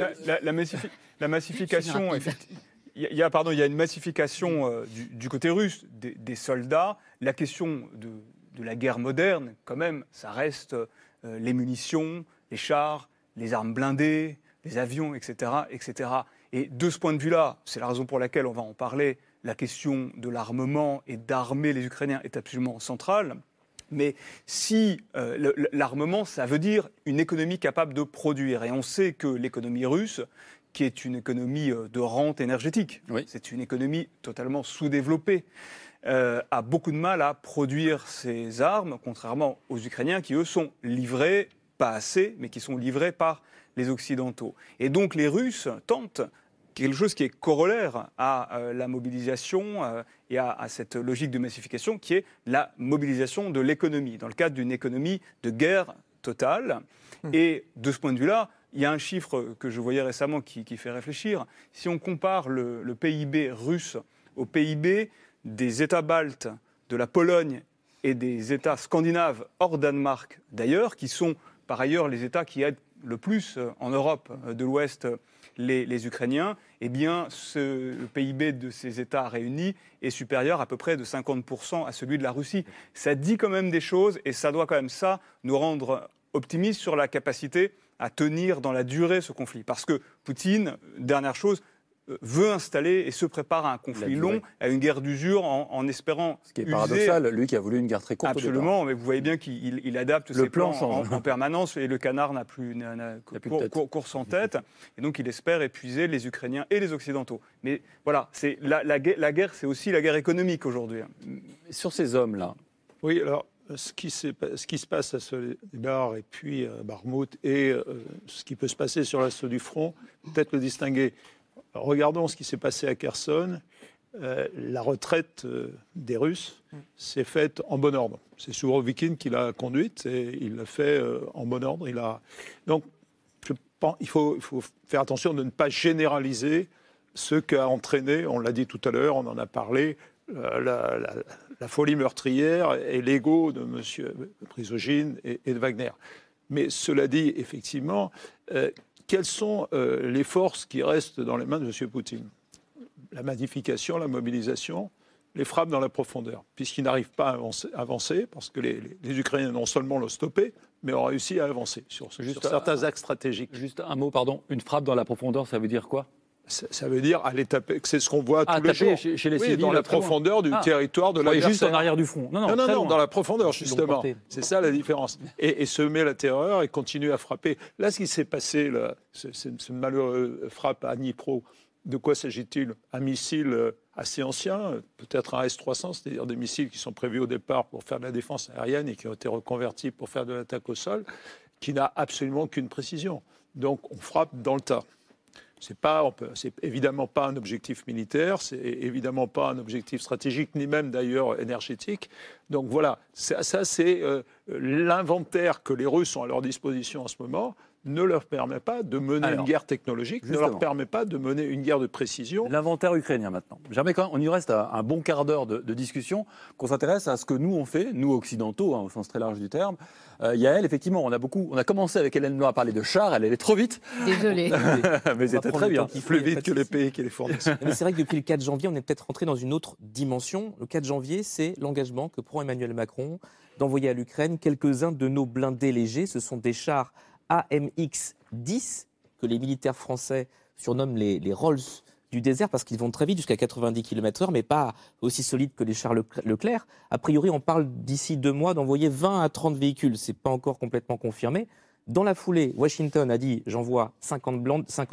massification, il y a une massification du côté russe des soldats. La question de la guerre moderne, quand même, ça reste les munitions, les chars, les armes blindées, les avions, etc., etc. Et de ce point de vue-là, c'est la raison pour laquelle on va en parler, la question de l'armement et d'armer les Ukrainiens est absolument centrale. Mais si l'armement, ça veut dire une économie capable de produire. Et on sait que l'économie russe, qui est une économie de rente énergétique, c'est une économie totalement sous-développée, a beaucoup de mal à produire ses armes, contrairement aux Ukrainiens qui, eux, sont livrés, pas assez, mais qui sont livrés par les Occidentaux. Et donc les Russes tentent quelque chose qui est corollaire à la mobilisation et à cette logique de massification, qui est la mobilisation de l'économie, dans le cadre d'une économie de guerre totale. Et de ce point de vue-là, il y a un chiffre que je voyais récemment qui fait réfléchir. Si on compare le PIB russe au PIB des États baltes, de la Pologne et des États scandinaves hors Danemark d'ailleurs, qui sont par ailleurs les États qui aident le plus en Europe de l'Ouest les Ukrainiens, eh bien le PIB de ces États réunis est supérieur à peu près de 50% à celui de la Russie. Ça dit quand même des choses et ça doit quand même nous rendre optimistes sur la capacité à tenir dans la durée ce conflit. Parce que Poutine, dernière chose, veut installer et se prépare à un conflit long, à une guerre d'usure en espérant ce qui est paradoxal, lui qui a voulu une guerre très courte. Absolument, mais vous voyez bien qu'il adapte ses plans en permanence et le canard n'a plus course en tête. Et donc il espère épuiser les Ukrainiens et les Occidentaux. Mais voilà, la guerre, c'est aussi la guerre économique aujourd'hui. Sur ces hommes-là. Oui, alors ce qui se passe à Soledar et puis Bakhmout et ce qui peut se passer sur l'assaut du front, peut-être le distinguer. Regardons ce qui s'est passé à Kherson. La retraite des Russes s'est faite en bon ordre. C'est Sourovikine qui l'a conduite et il l'a fait en bon ordre. Donc, je pense, il faut faire attention de ne pas généraliser ce qu'a entraîné, on l'a dit tout à l'heure, on en a parlé, la folie meurtrière et l'ego de M. Prigojine et de Wagner. Mais cela dit, effectivement, quelles sont les forces qui restent dans les mains de M. Poutine ? La massification, la mobilisation, les frappes dans la profondeur, puisqu'ils n'arrivent pas à avancer, parce que les Ukrainiens non seulement l'ont stoppé, mais ont réussi à avancer sur certains axes stratégiques. Juste un mot, pardon. Une frappe dans la profondeur, ça veut dire quoi ? Ça veut dire aller taper, c'est ce qu'on voit tous les jours. Chez les civils, dans la profondeur du territoire de l'adversaire. Juste en arrière du front. Non, dans la profondeur, justement. C'est ça la différence. Et semer la terreur et continuer à frapper. Là, ce qui s'est passé, ce malheureux frappe à Dnipro, de quoi s'agit-il ? Un missile assez ancien, peut-être un S-300, c'est-à-dire des missiles qui sont prévus au départ pour faire de la défense aérienne et qui ont été reconvertis pour faire de l'attaque au sol, qui n'a absolument aucune précision. Donc, on frappe dans le tas. C'est évidemment pas un objectif militaire, c'est évidemment pas un objectif stratégique, ni même d'ailleurs énergétique. Donc voilà, ça c'est l'inventaire que les Russes ont à leur disposition en ce moment ne leur permet pas de mener une guerre technologique, justement. Ne leur permet pas de mener une guerre de précision. L'inventaire ukrainien maintenant. Jamais quand on y reste un bon quart d'heure de discussion, qu'on s'intéresse à ce que nous on fait, nous occidentaux, au sens très large du terme. Yael, effectivement, on a commencé avec Hélène Blanc à parler de chars, elle allait trop vite. Désolée. Mais c'était très bien. Plus vite que les pays qui les fournissent. Mais c'est vrai que depuis le 4 janvier, on est peut-être rentré dans une autre dimension. Le 4 janvier, c'est l'engagement que prend Emmanuel Macron d'envoyer à l'Ukraine quelques-uns de nos blindés légers. Ce sont des chars AMX-10 que les militaires français surnomment les Rolls du désert parce qu'ils vont très vite jusqu'à 90 km/h, mais pas aussi solides que les chars Leclerc. A priori, on parle d'ici 2 mois d'envoyer 20 à 30 véhicules. Ce n'est pas encore complètement confirmé. Dans la foulée, Washington a dit « j'envoie 50 blindés ».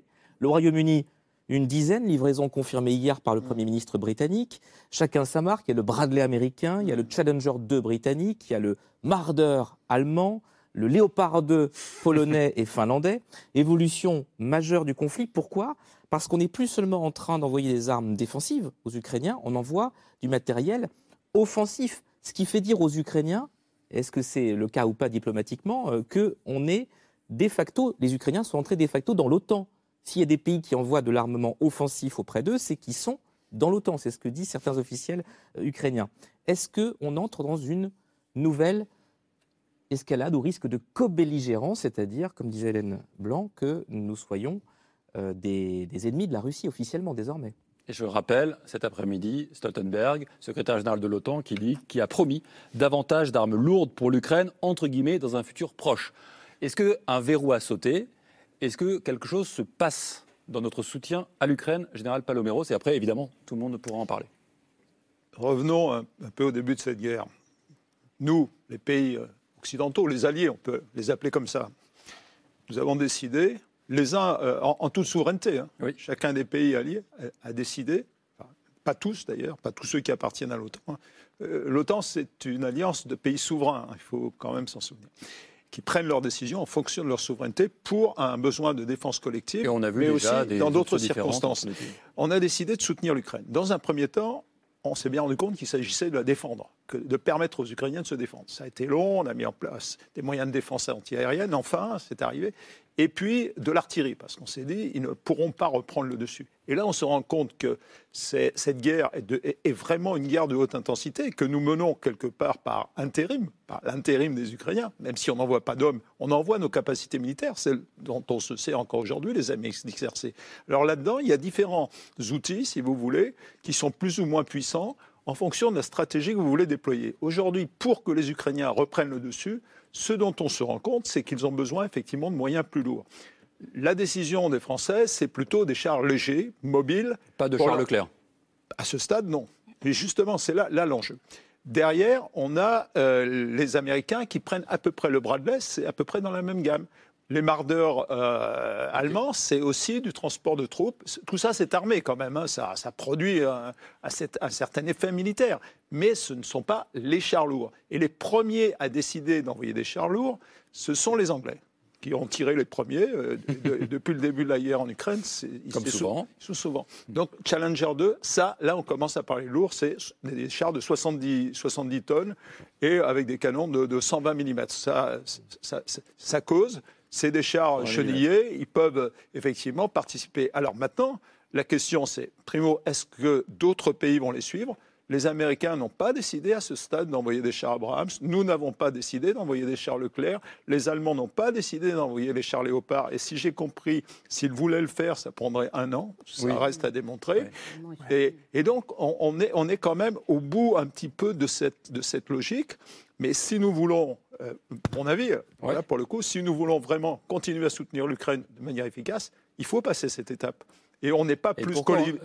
Le Royaume-Uni, une dizaine, livraison confirmée hier par le Premier ministre britannique. Chacun sa marque. Il y a le Bradley américain, il y a le Challenger 2 britannique, il y a le Marder allemand, le Léopard 2 polonais et finlandais. Évolution majeure du conflit. Pourquoi ? Parce qu'on n'est plus seulement en train d'envoyer des armes défensives aux Ukrainiens, on envoie du matériel offensif. Ce qui fait dire aux Ukrainiens, est-ce que c'est le cas ou pas diplomatiquement, que les Ukrainiens sont entrés de facto dans l'OTAN. S'il y a des pays qui envoient de l'armement offensif auprès d'eux, c'est qu'ils sont dans l'OTAN. C'est ce que disent certains officiels ukrainiens. Est-ce qu'on entre dans une nouvelle escalade au risque de co-belligérance, c'est-à-dire, comme disait Hélène Blanc, que nous soyons des ennemis de la Russie officiellement désormais? Et je rappelle, cet après-midi, Stoltenberg, secrétaire général de l'OTAN, qui a promis davantage d'armes lourdes pour l'Ukraine, entre guillemets, dans un futur proche. Est-ce qu'un verrou a sauté? Est-ce que quelque chose se passe dans notre soutien à l'Ukraine, général Paloméros? Et après, évidemment, tout le monde pourra en parler. Revenons un peu au début de cette guerre. Nous, les pays occidentaux, les alliés, on peut les appeler comme ça, nous avons décidé, les uns en toute souveraineté, oui. Chacun des pays alliés a décidé, pas tous d'ailleurs, pas tous ceux qui appartiennent à l'OTAN. L'OTAN, c'est une alliance de pays souverains, il faut quand même s'en souvenir, qui prennent leurs décisions en fonction de leur souveraineté pour un besoin de défense collective, et on a vu mais déjà aussi dans d'autres circonstances. On a décidé de soutenir l'Ukraine. Dans un premier temps, on s'est bien rendu compte qu'il s'agissait de la défendre, de permettre aux Ukrainiens de se défendre. Ça a été long, on a mis en place des moyens de défense antiaérienne, enfin, c'est arrivé. Et puis de l'artillerie, parce qu'on s'est dit, ils ne pourront pas reprendre le dessus. Et là, on se rend compte que cette guerre est vraiment une guerre de haute intensité, que nous menons quelque part par intérim, par l'intérim des Ukrainiens. Même si on n'envoie pas d'hommes, on envoie nos capacités militaires, celles dont on se sert encore aujourd'hui, les AMX-10RC. Alors là-dedans, il y a différents outils, si vous voulez, qui sont plus ou moins puissants en fonction de la stratégie que vous voulez déployer. Aujourd'hui, pour que les Ukrainiens reprennent le dessus, ce dont on se rend compte, c'est qu'ils ont besoin effectivement de moyens plus lourds. La décision des Français, c'est plutôt des chars légers, mobiles. Pas de chars Leclerc. À ce stade, non. Mais justement, c'est là l'enjeu. Derrière, on a les Américains qui prennent à peu près le Bradley, c'est à peu près dans la même gamme. Les Marder allemands, c'est aussi du transport de troupes. Tout ça, c'est armé quand même. Ça produit un certain effet militaire. Mais ce ne sont pas les chars lourds. Et les premiers à décider d'envoyer des chars lourds, ce sont les Anglais, qui ont tiré les premiers depuis le début de la guerre en Ukraine. Comme souvent. Donc, Challenger 2, ça, là, on commence à parler lourd. C'est des chars de 70 tonnes et avec des canons de 120 mm. Ça cause. C'est des chars chenillés, ils peuvent effectivement participer. Alors maintenant, la question c'est, primo, est-ce que d'autres pays vont les suivre? Les Américains n'ont pas décidé à ce stade d'envoyer des chars Abrams. Nous n'avons pas décidé d'envoyer des chars Leclerc. Les Allemands n'ont pas décidé d'envoyer les chars Léopard. Et si j'ai compris, s'ils voulaient le faire, ça prendrait 1 an. Ça reste à démontrer. Ouais. Et donc, on est quand même au bout un petit peu de cette logique. Mais si nous voulons, mon avis, voilà, pour le coup, si nous voulons vraiment continuer à soutenir l'Ukraine de manière efficace, il faut passer cette étape. Et on n'est pas plus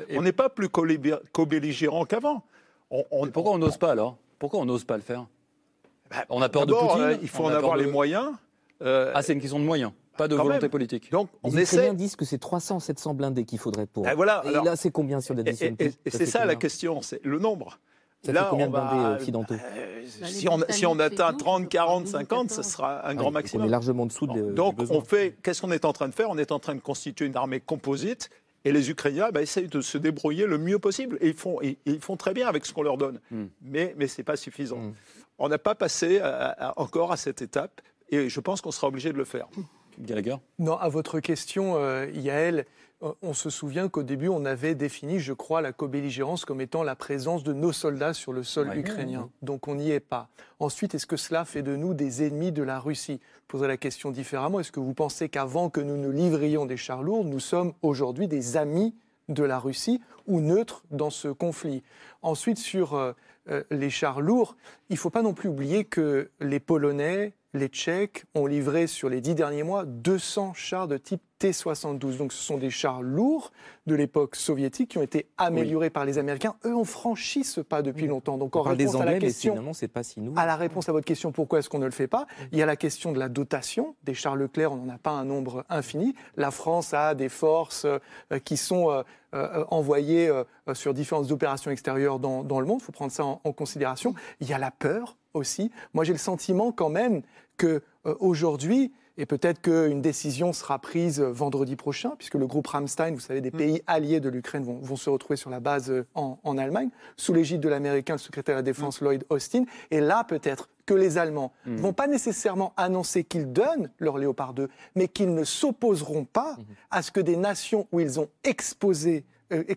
co-belligérant qu'avant. Pourquoi on n'ose pas alors? Pourquoi on n'ose pas le faire? On a peur de Poutine. Il faut en avoir les moyens. C'est une question de moyens, pas de volonté politique. Donc, les Ukrainiens disent que c'est 300-700 blindés qu'il faudrait pour. Et là, c'est combien sur l'addition? Et c'est ça la question, c'est le nombre. Ça fait combien de blindés occidentaux? Si on atteint 30, 40, 50, ça sera un grand maximum. On est largement en dessous du Donc, besoin. qu'est-ce qu'on est en train de faire? On est en train de constituer une armée composite. Et les Ukrainiens essayent de se débrouiller le mieux possible. Et ils font très bien avec ce qu'on leur donne. Mais ce n'est pas suffisant. On n'a pas passé encore à cette étape. Et je pense qu'on sera obligé de le faire. Gallagher? Non, à votre question, Yael, on se souvient qu'au début, on avait défini, je crois, la co-belligérance comme étant la présence de nos soldats sur le sol ukrainien. Donc on n'y est pas. Ensuite, est-ce que cela fait de nous des ennemis de la Russie? Je poserai la question différemment. Est-ce que vous pensez qu'avant que nous ne livrions des chars lourds, nous sommes aujourd'hui des amis de la Russie ou neutres dans ce conflit? Ensuite, sur les chars lourds, il ne faut pas non plus oublier que les Polonais, les Tchèques ont livré sur les 10 derniers mois 200 chars de type T-72. Donc ce sont des chars lourds de l'époque soviétique qui ont été améliorés par les Américains. Eux ont franchi ce pas depuis longtemps. Donc en réponse à la question, finalement, c'est pas si nouveau. À la réponse à votre question, pourquoi est-ce qu'on ne le fait pas? Il y a la question de la dotation. Des chars Leclerc, on n'en a pas un nombre infini. La France a des forces qui sont envoyées sur différentes opérations extérieures dans le monde. Il faut prendre ça en considération. Il y a la peur aussi. Moi, j'ai le sentiment quand même qu'aujourd'hui, et peut-être qu'une décision sera prise vendredi prochain, puisque le groupe Rammstein, vous savez, des pays alliés de l'Ukraine vont se retrouver sur la base en Allemagne, sous l'égide de l'Américain, le secrétaire à la Défense Lloyd Austin. Et là, peut-être que les Allemands ne vont pas nécessairement annoncer qu'ils donnent leur Léopard 2, mais qu'ils ne s'opposeront pas à ce que des nations où ils ont exporté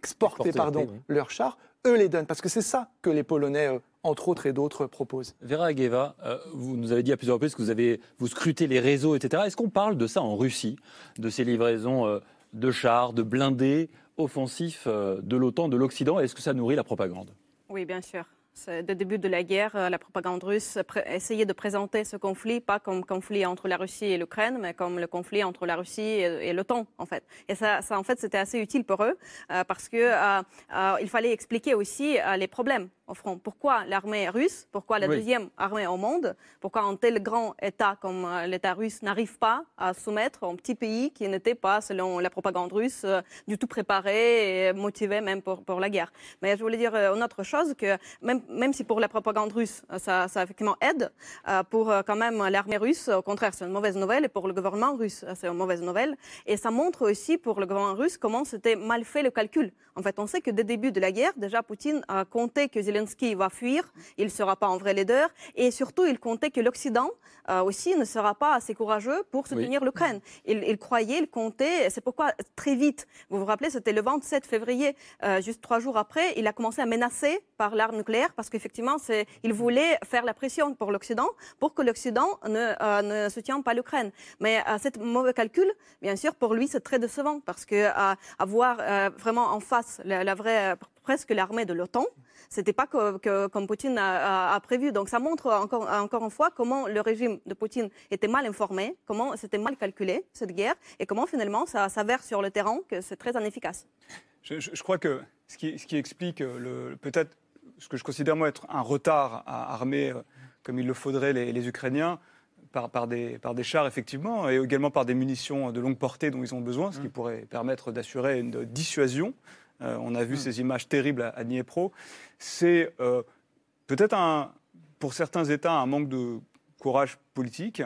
leurs chars, eux les donnent. Parce que c'est ça que les Polonais, entre autres et d'autres, proposent. Vera Ageva, vous nous avez dit à plusieurs reprises que vous scrutez les réseaux, etc. Est-ce qu'on parle de ça en Russie, de ces livraisons de chars, de blindés offensifs de l'OTAN, de l'Occident? Est-ce que ça nourrit la propagande? Oui, bien sûr. Dès le début de la guerre, la propagande russe essayait de présenter ce conflit pas comme conflit entre la Russie et l'Ukraine, mais comme le conflit entre la Russie et l'OTAN, en fait. Et ça, en fait, c'était assez utile pour eux parce qu'il fallait expliquer aussi les problèmes au front. Pourquoi l'armée russe, pourquoi la deuxième armée au monde, pourquoi un tel grand État comme l'État russe n'arrive pas à soumettre un petit pays qui n'était pas, selon la propagande russe, du tout préparé et motivé même pour la guerre. Mais je voulais dire une autre chose, que même si pour la propagande russe, ça effectivement aide, pour quand même l'armée russe, au contraire, c'est une mauvaise nouvelle, et pour le gouvernement russe, c'est une mauvaise nouvelle. Et ça montre aussi pour le gouvernement russe comment c'était mal fait le calcul. En fait, on sait que dès le début de la guerre, déjà Poutine a compté que Zelensky va fuir, il ne sera pas un vrai leader, et surtout il comptait que l'Occident aussi ne sera pas assez courageux pour soutenir l'Ukraine. Il croyait, il comptait, c'est pourquoi très vite, vous vous rappelez, c'était le 27 février, juste 3 jours après, il a commencé à menacer par l'arme nucléaire, parce qu'effectivement, il voulait faire la pression pour l'Occident, pour que l'Occident ne soutienne pas l'Ukraine. Mais cet mauvais calcul, bien sûr, pour lui, c'est très décevant, parce qu'avoir vraiment en face la vraie, presque l'armée de l'OTAN, c'était pas comme Poutine a prévu. Donc ça montre encore une fois comment le régime de Poutine était mal informé, comment c'était mal calculé, cette guerre, et comment finalement ça s'avère sur le terrain que c'est très inefficace. Je crois que ce qui explique peut-être ce que je considère moi être un retard à armer comme il le faudrait les Ukrainiens, par des chars, effectivement, et également par des munitions de longue portée dont ils ont besoin, ce qui pourrait permettre d'assurer une dissuasion. On a vu ces images terribles à Dniepro. C'est peut-être, pour certains États, un manque de courage politique.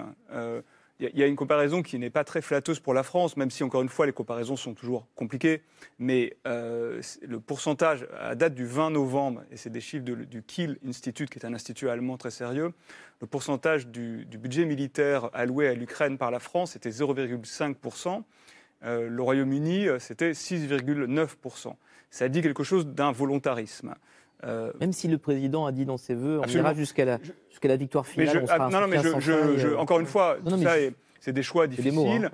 Il y a une comparaison qui n'est pas très flatteuse pour la France, même si, encore une fois, les comparaisons sont toujours compliquées. Mais le pourcentage, à date du 20 novembre, et c'est des chiffres du Kiel Institute, qui est un institut allemand très sérieux, le pourcentage du budget militaire alloué à l'Ukraine par la France était 0,5%. Le Royaume-Uni, c'était 6,9%. Ça dit quelque chose d'un volontarisme. Même si le président a dit dans ses vœux, on ira jusqu'à la victoire finale. Encore une fois, c'est des choix difficiles.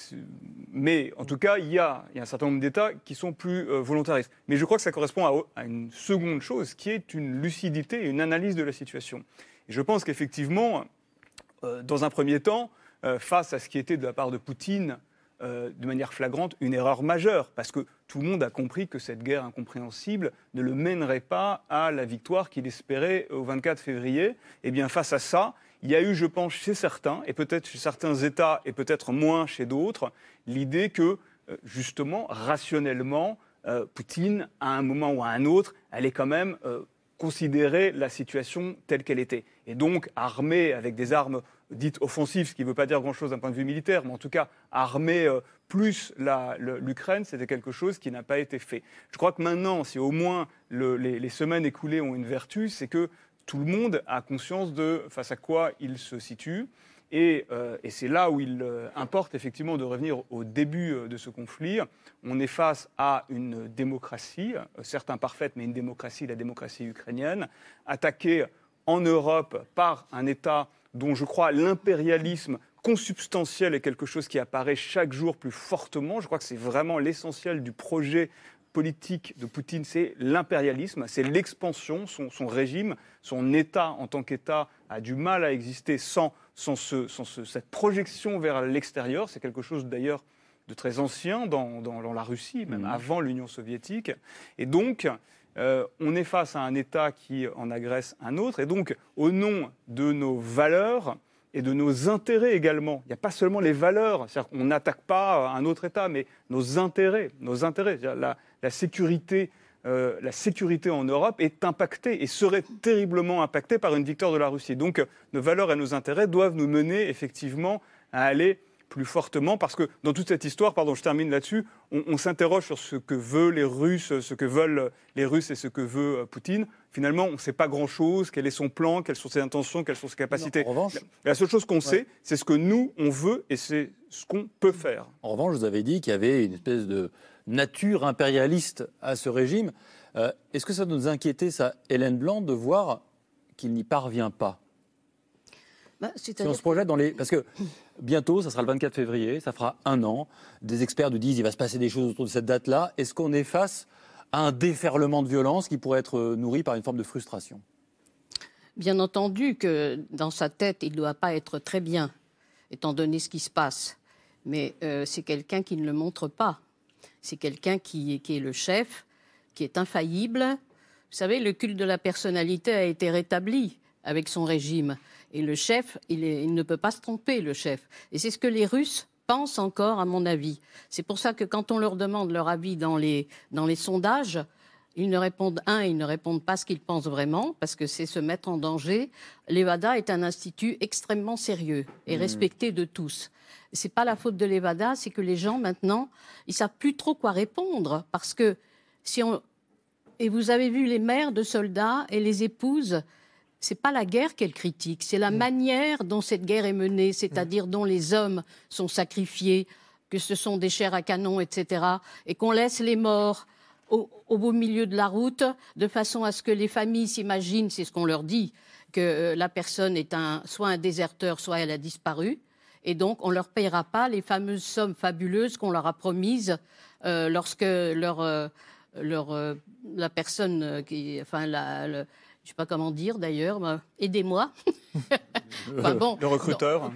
Mais en tout cas, il y a un certain nombre d'États qui sont plus volontaristes. Mais je crois que ça correspond à une seconde chose, qui est une lucidité et une analyse de la situation. Et je pense qu'effectivement, dans un premier temps, face à ce qui était de la part de Poutine, de manière flagrante, une erreur majeure, parce que tout le monde a compris que cette guerre incompréhensible ne le mènerait pas à la victoire qu'il espérait au 24 février. Et bien face à ça, il y a eu, je pense, chez certains, et peut-être chez certains États, et peut-être moins chez d'autres, l'idée que, justement, rationnellement, Poutine, à un moment ou à un autre, allait quand même considérer la situation telle qu'elle était. Et donc, armé avec des armes dites offensives, ce qui ne veut pas dire grand-chose d'un point de vue militaire, mais en tout cas, armer plus l'Ukraine, c'était quelque chose qui n'a pas été fait. Je crois que maintenant, si au moins les semaines écoulées ont une vertu, c'est que tout le monde a conscience de face à quoi il se situe. Et c'est là où il importe effectivement de revenir au début de ce conflit. On est face à une démocratie, certes imparfaite, mais une démocratie, la démocratie ukrainienne, attaquée en Europe par un État dont je crois l'impérialisme consubstantiel est quelque chose qui apparaît chaque jour plus fortement. Je crois que c'est vraiment l'essentiel du projet politique de Poutine, c'est l'impérialisme, c'est l'expansion, son régime, son État en tant qu'État a du mal à exister sans cette projection vers l'extérieur. C'est quelque chose d'ailleurs de très ancien dans la Russie, même avant l'Union soviétique. Et donc, on est face à un État qui en agresse un autre. Et donc, au nom de nos valeurs et de nos intérêts également, il n'y a pas seulement les valeurs, c'est-à-dire qu'on n'attaque pas un autre État, mais nos intérêts. La sécurité en Europe est impactée et serait terriblement impactée par une victoire de la Russie. Donc, nos valeurs et nos intérêts doivent nous mener effectivement à aller plus fortement, parce que dans toute cette histoire, je termine là-dessus, on s'interroge sur ce que veulent les Russes, ce que veulent les Russes et ce que veut Poutine. Finalement, on ne sait pas grand-chose, quel est son plan, quelles sont ses intentions, quelles sont ses capacités. En revanche, la seule chose qu'on sait, c'est ce que nous, on veut et c'est ce qu'on peut faire. En revanche, vous avez dit qu'il y avait une espèce de nature impérialiste à ce régime. Est-ce que ça nous inquiétait, ça, Hélène Blanc, de voir qu'il n'y parvient pas ? Si on se projette dans les... Parce que bientôt, ça sera le 24 février, ça fera 1 an. Des experts nous disent qu'il va se passer des choses autour de cette date-là. Est-ce qu'on est face à un déferlement de violence qui pourrait être nourri par une forme de frustration ? Bien entendu que dans sa tête, il ne doit pas être très bien, étant donné ce qui se passe. Mais c'est quelqu'un qui ne le montre pas. C'est quelqu'un qui est le chef, qui est infaillible. Vous savez, le culte de la personnalité a été rétabli avec son régime. Et le chef, il ne peut pas se tromper, le chef. Et c'est ce que les Russes pensent encore, à mon avis. C'est pour ça que quand on leur demande leur avis dans les sondages, ils ne répondent pas ce qu'ils pensent vraiment, parce que c'est se mettre en danger. Levada est un institut extrêmement sérieux et respecté de tous. C'est pas la faute de Levada, c'est que les gens, maintenant, ils savent plus trop quoi répondre, parce que Et vous avez vu les mères de soldats et les épouses. C'est pas la guerre qu'elles critiquent, c'est la manière dont cette guerre est menée, c'est-à-dire dont les hommes sont sacrifiés, que ce sont des chairs à canon, etc., et qu'on laisse les morts au beau milieu de la route, de façon à ce que les familles s'imaginent, c'est ce qu'on leur dit, que la personne est soit un déserteur, soit elle a disparu, et donc on ne leur payera pas les fameuses sommes fabuleuses qu'on leur a promises lorsque la personne qui... je ne sais pas comment dire d'ailleurs, aidez-moi. Le recruteur.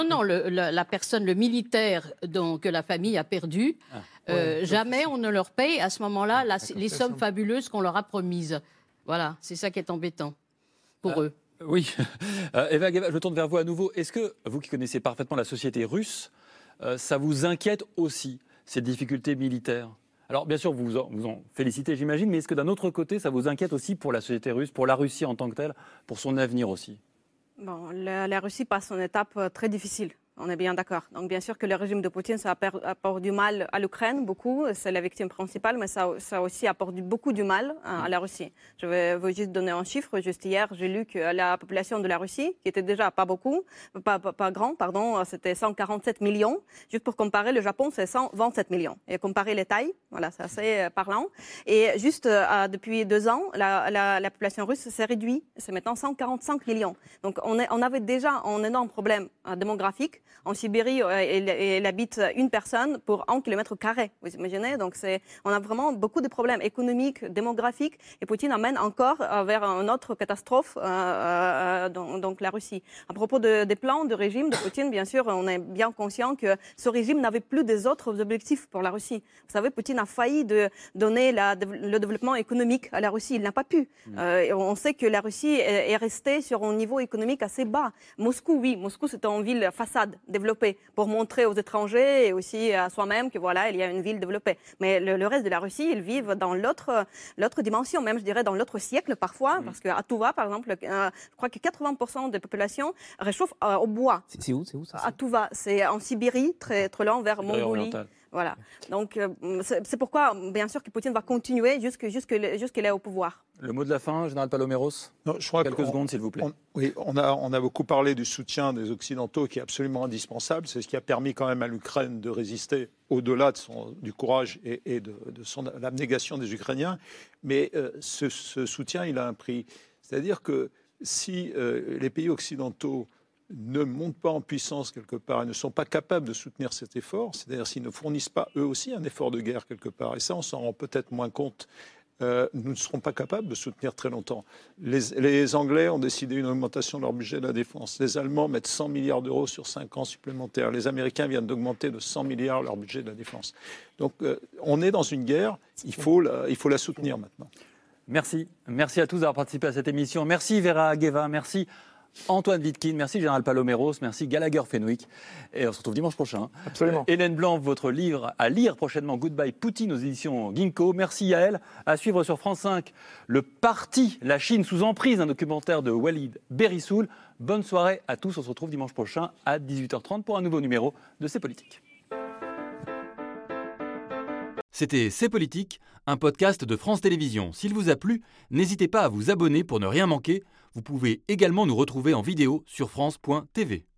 La personne, le militaire que la famille a perdu, jamais on ne leur paye à ce moment-là les sommes fabuleuses qu'on leur a promises. Voilà, c'est ça qui est embêtant pour eux. Oui. Eva Gueva, je tourne vers vous à nouveau. Est-ce que, vous qui connaissez parfaitement la société russe, ça vous inquiète aussi, ces difficultés militaires ? Alors, bien sûr, vous en félicitez, j'imagine, mais est-ce que d'un autre côté, ça vous inquiète aussi pour la société russe, pour la Russie en tant que telle, pour son avenir aussi ? La Russie passe une étape très difficile. On est bien d'accord. Donc, bien sûr que le régime de Poutine, ça apporte du mal à l'Ukraine, beaucoup. C'est la victime principale, mais ça aussi apporte beaucoup du mal à la Russie. Je vais vous juste donner un chiffre. Juste hier, j'ai lu que la population de la Russie, qui était déjà pas grand, c'était 147 millions. Juste pour comparer, le Japon, c'est 127 millions. Et comparer les tailles, voilà, c'est assez parlant. Et juste depuis 2 ans, la population russe s'est réduite. C'est maintenant 145 millions. Donc, on avait déjà un énorme problème démographique. En Sibérie, il habite une personne pour 1 km². Vous imaginez ? Donc, on a vraiment beaucoup de problèmes économiques, démographiques. Et Poutine amène encore vers une autre catastrophe, donc la Russie. À propos des plans de régime de Poutine, bien sûr, on est bien conscient que ce régime n'avait plus des autres objectifs pour la Russie. Vous savez, Poutine a failli de donner le développement économique à la Russie. Il n'a pas pu. On sait que la Russie est restée sur un niveau économique assez bas. Moscou, oui. Moscou, c'est une ville façade développée pour montrer aux étrangers et aussi à soi-même que voilà, il y a une ville développée. Mais le reste de la Russie, ils vivent dans l'autre dimension, même je dirais dans l'autre siècle parfois, parce qu'à Touva, par exemple, je crois que 80% des populations réchauffent au bois. C'est où ça, à Touva, c'est en Sibérie, très loin vers Mongolie. Voilà. Donc, c'est pourquoi, bien sûr, que Poutine va continuer jusqu'il est au pouvoir. Le mot de la fin, Général Paloméros ? Non, je crois quelques secondes, s'il vous plaît. On a beaucoup parlé du soutien des Occidentaux qui est absolument indispensable. C'est ce qui a permis quand même à l'Ukraine de résister au-delà du courage et de l'abnégation des Ukrainiens. Mais ce soutien, il a un prix. C'est-à-dire que si les pays occidentaux ne montent pas en puissance quelque part et ne sont pas capables de soutenir cet effort, c'est-à-dire s'ils ne fournissent pas eux aussi un effort de guerre quelque part, et ça on s'en rend peut-être moins compte, nous ne serons pas capables de soutenir très longtemps. Les Anglais ont décidé une augmentation de leur budget de la défense. Les Allemands mettent 100 milliards d'euros sur 5 ans supplémentaires. Les Américains viennent d'augmenter de 100 milliards leur budget de la défense. Donc on est dans une guerre, il faut la soutenir maintenant. Merci à tous d'avoir participé à cette émission. Merci Vera Gueva, merci Antoine Wittkin, merci Général Paloméros, merci Gallagher Fenwick. Et on se retrouve dimanche prochain. Absolument. Hélène Blanc, votre livre à lire prochainement, Goodbye Poutine aux éditions Ginkgo. Merci Yael. À suivre sur France 5, Le Parti, la Chine sous emprise, un documentaire de Walid Berissoul. Bonne soirée à tous. On se retrouve dimanche prochain à 18h30 pour un nouveau numéro de C'est Politique. C'était C'est Politique, un podcast de France Télévisions. S'il vous a plu, n'hésitez pas à vous abonner pour ne rien manquer. Vous pouvez également nous retrouver en vidéo sur France.tv.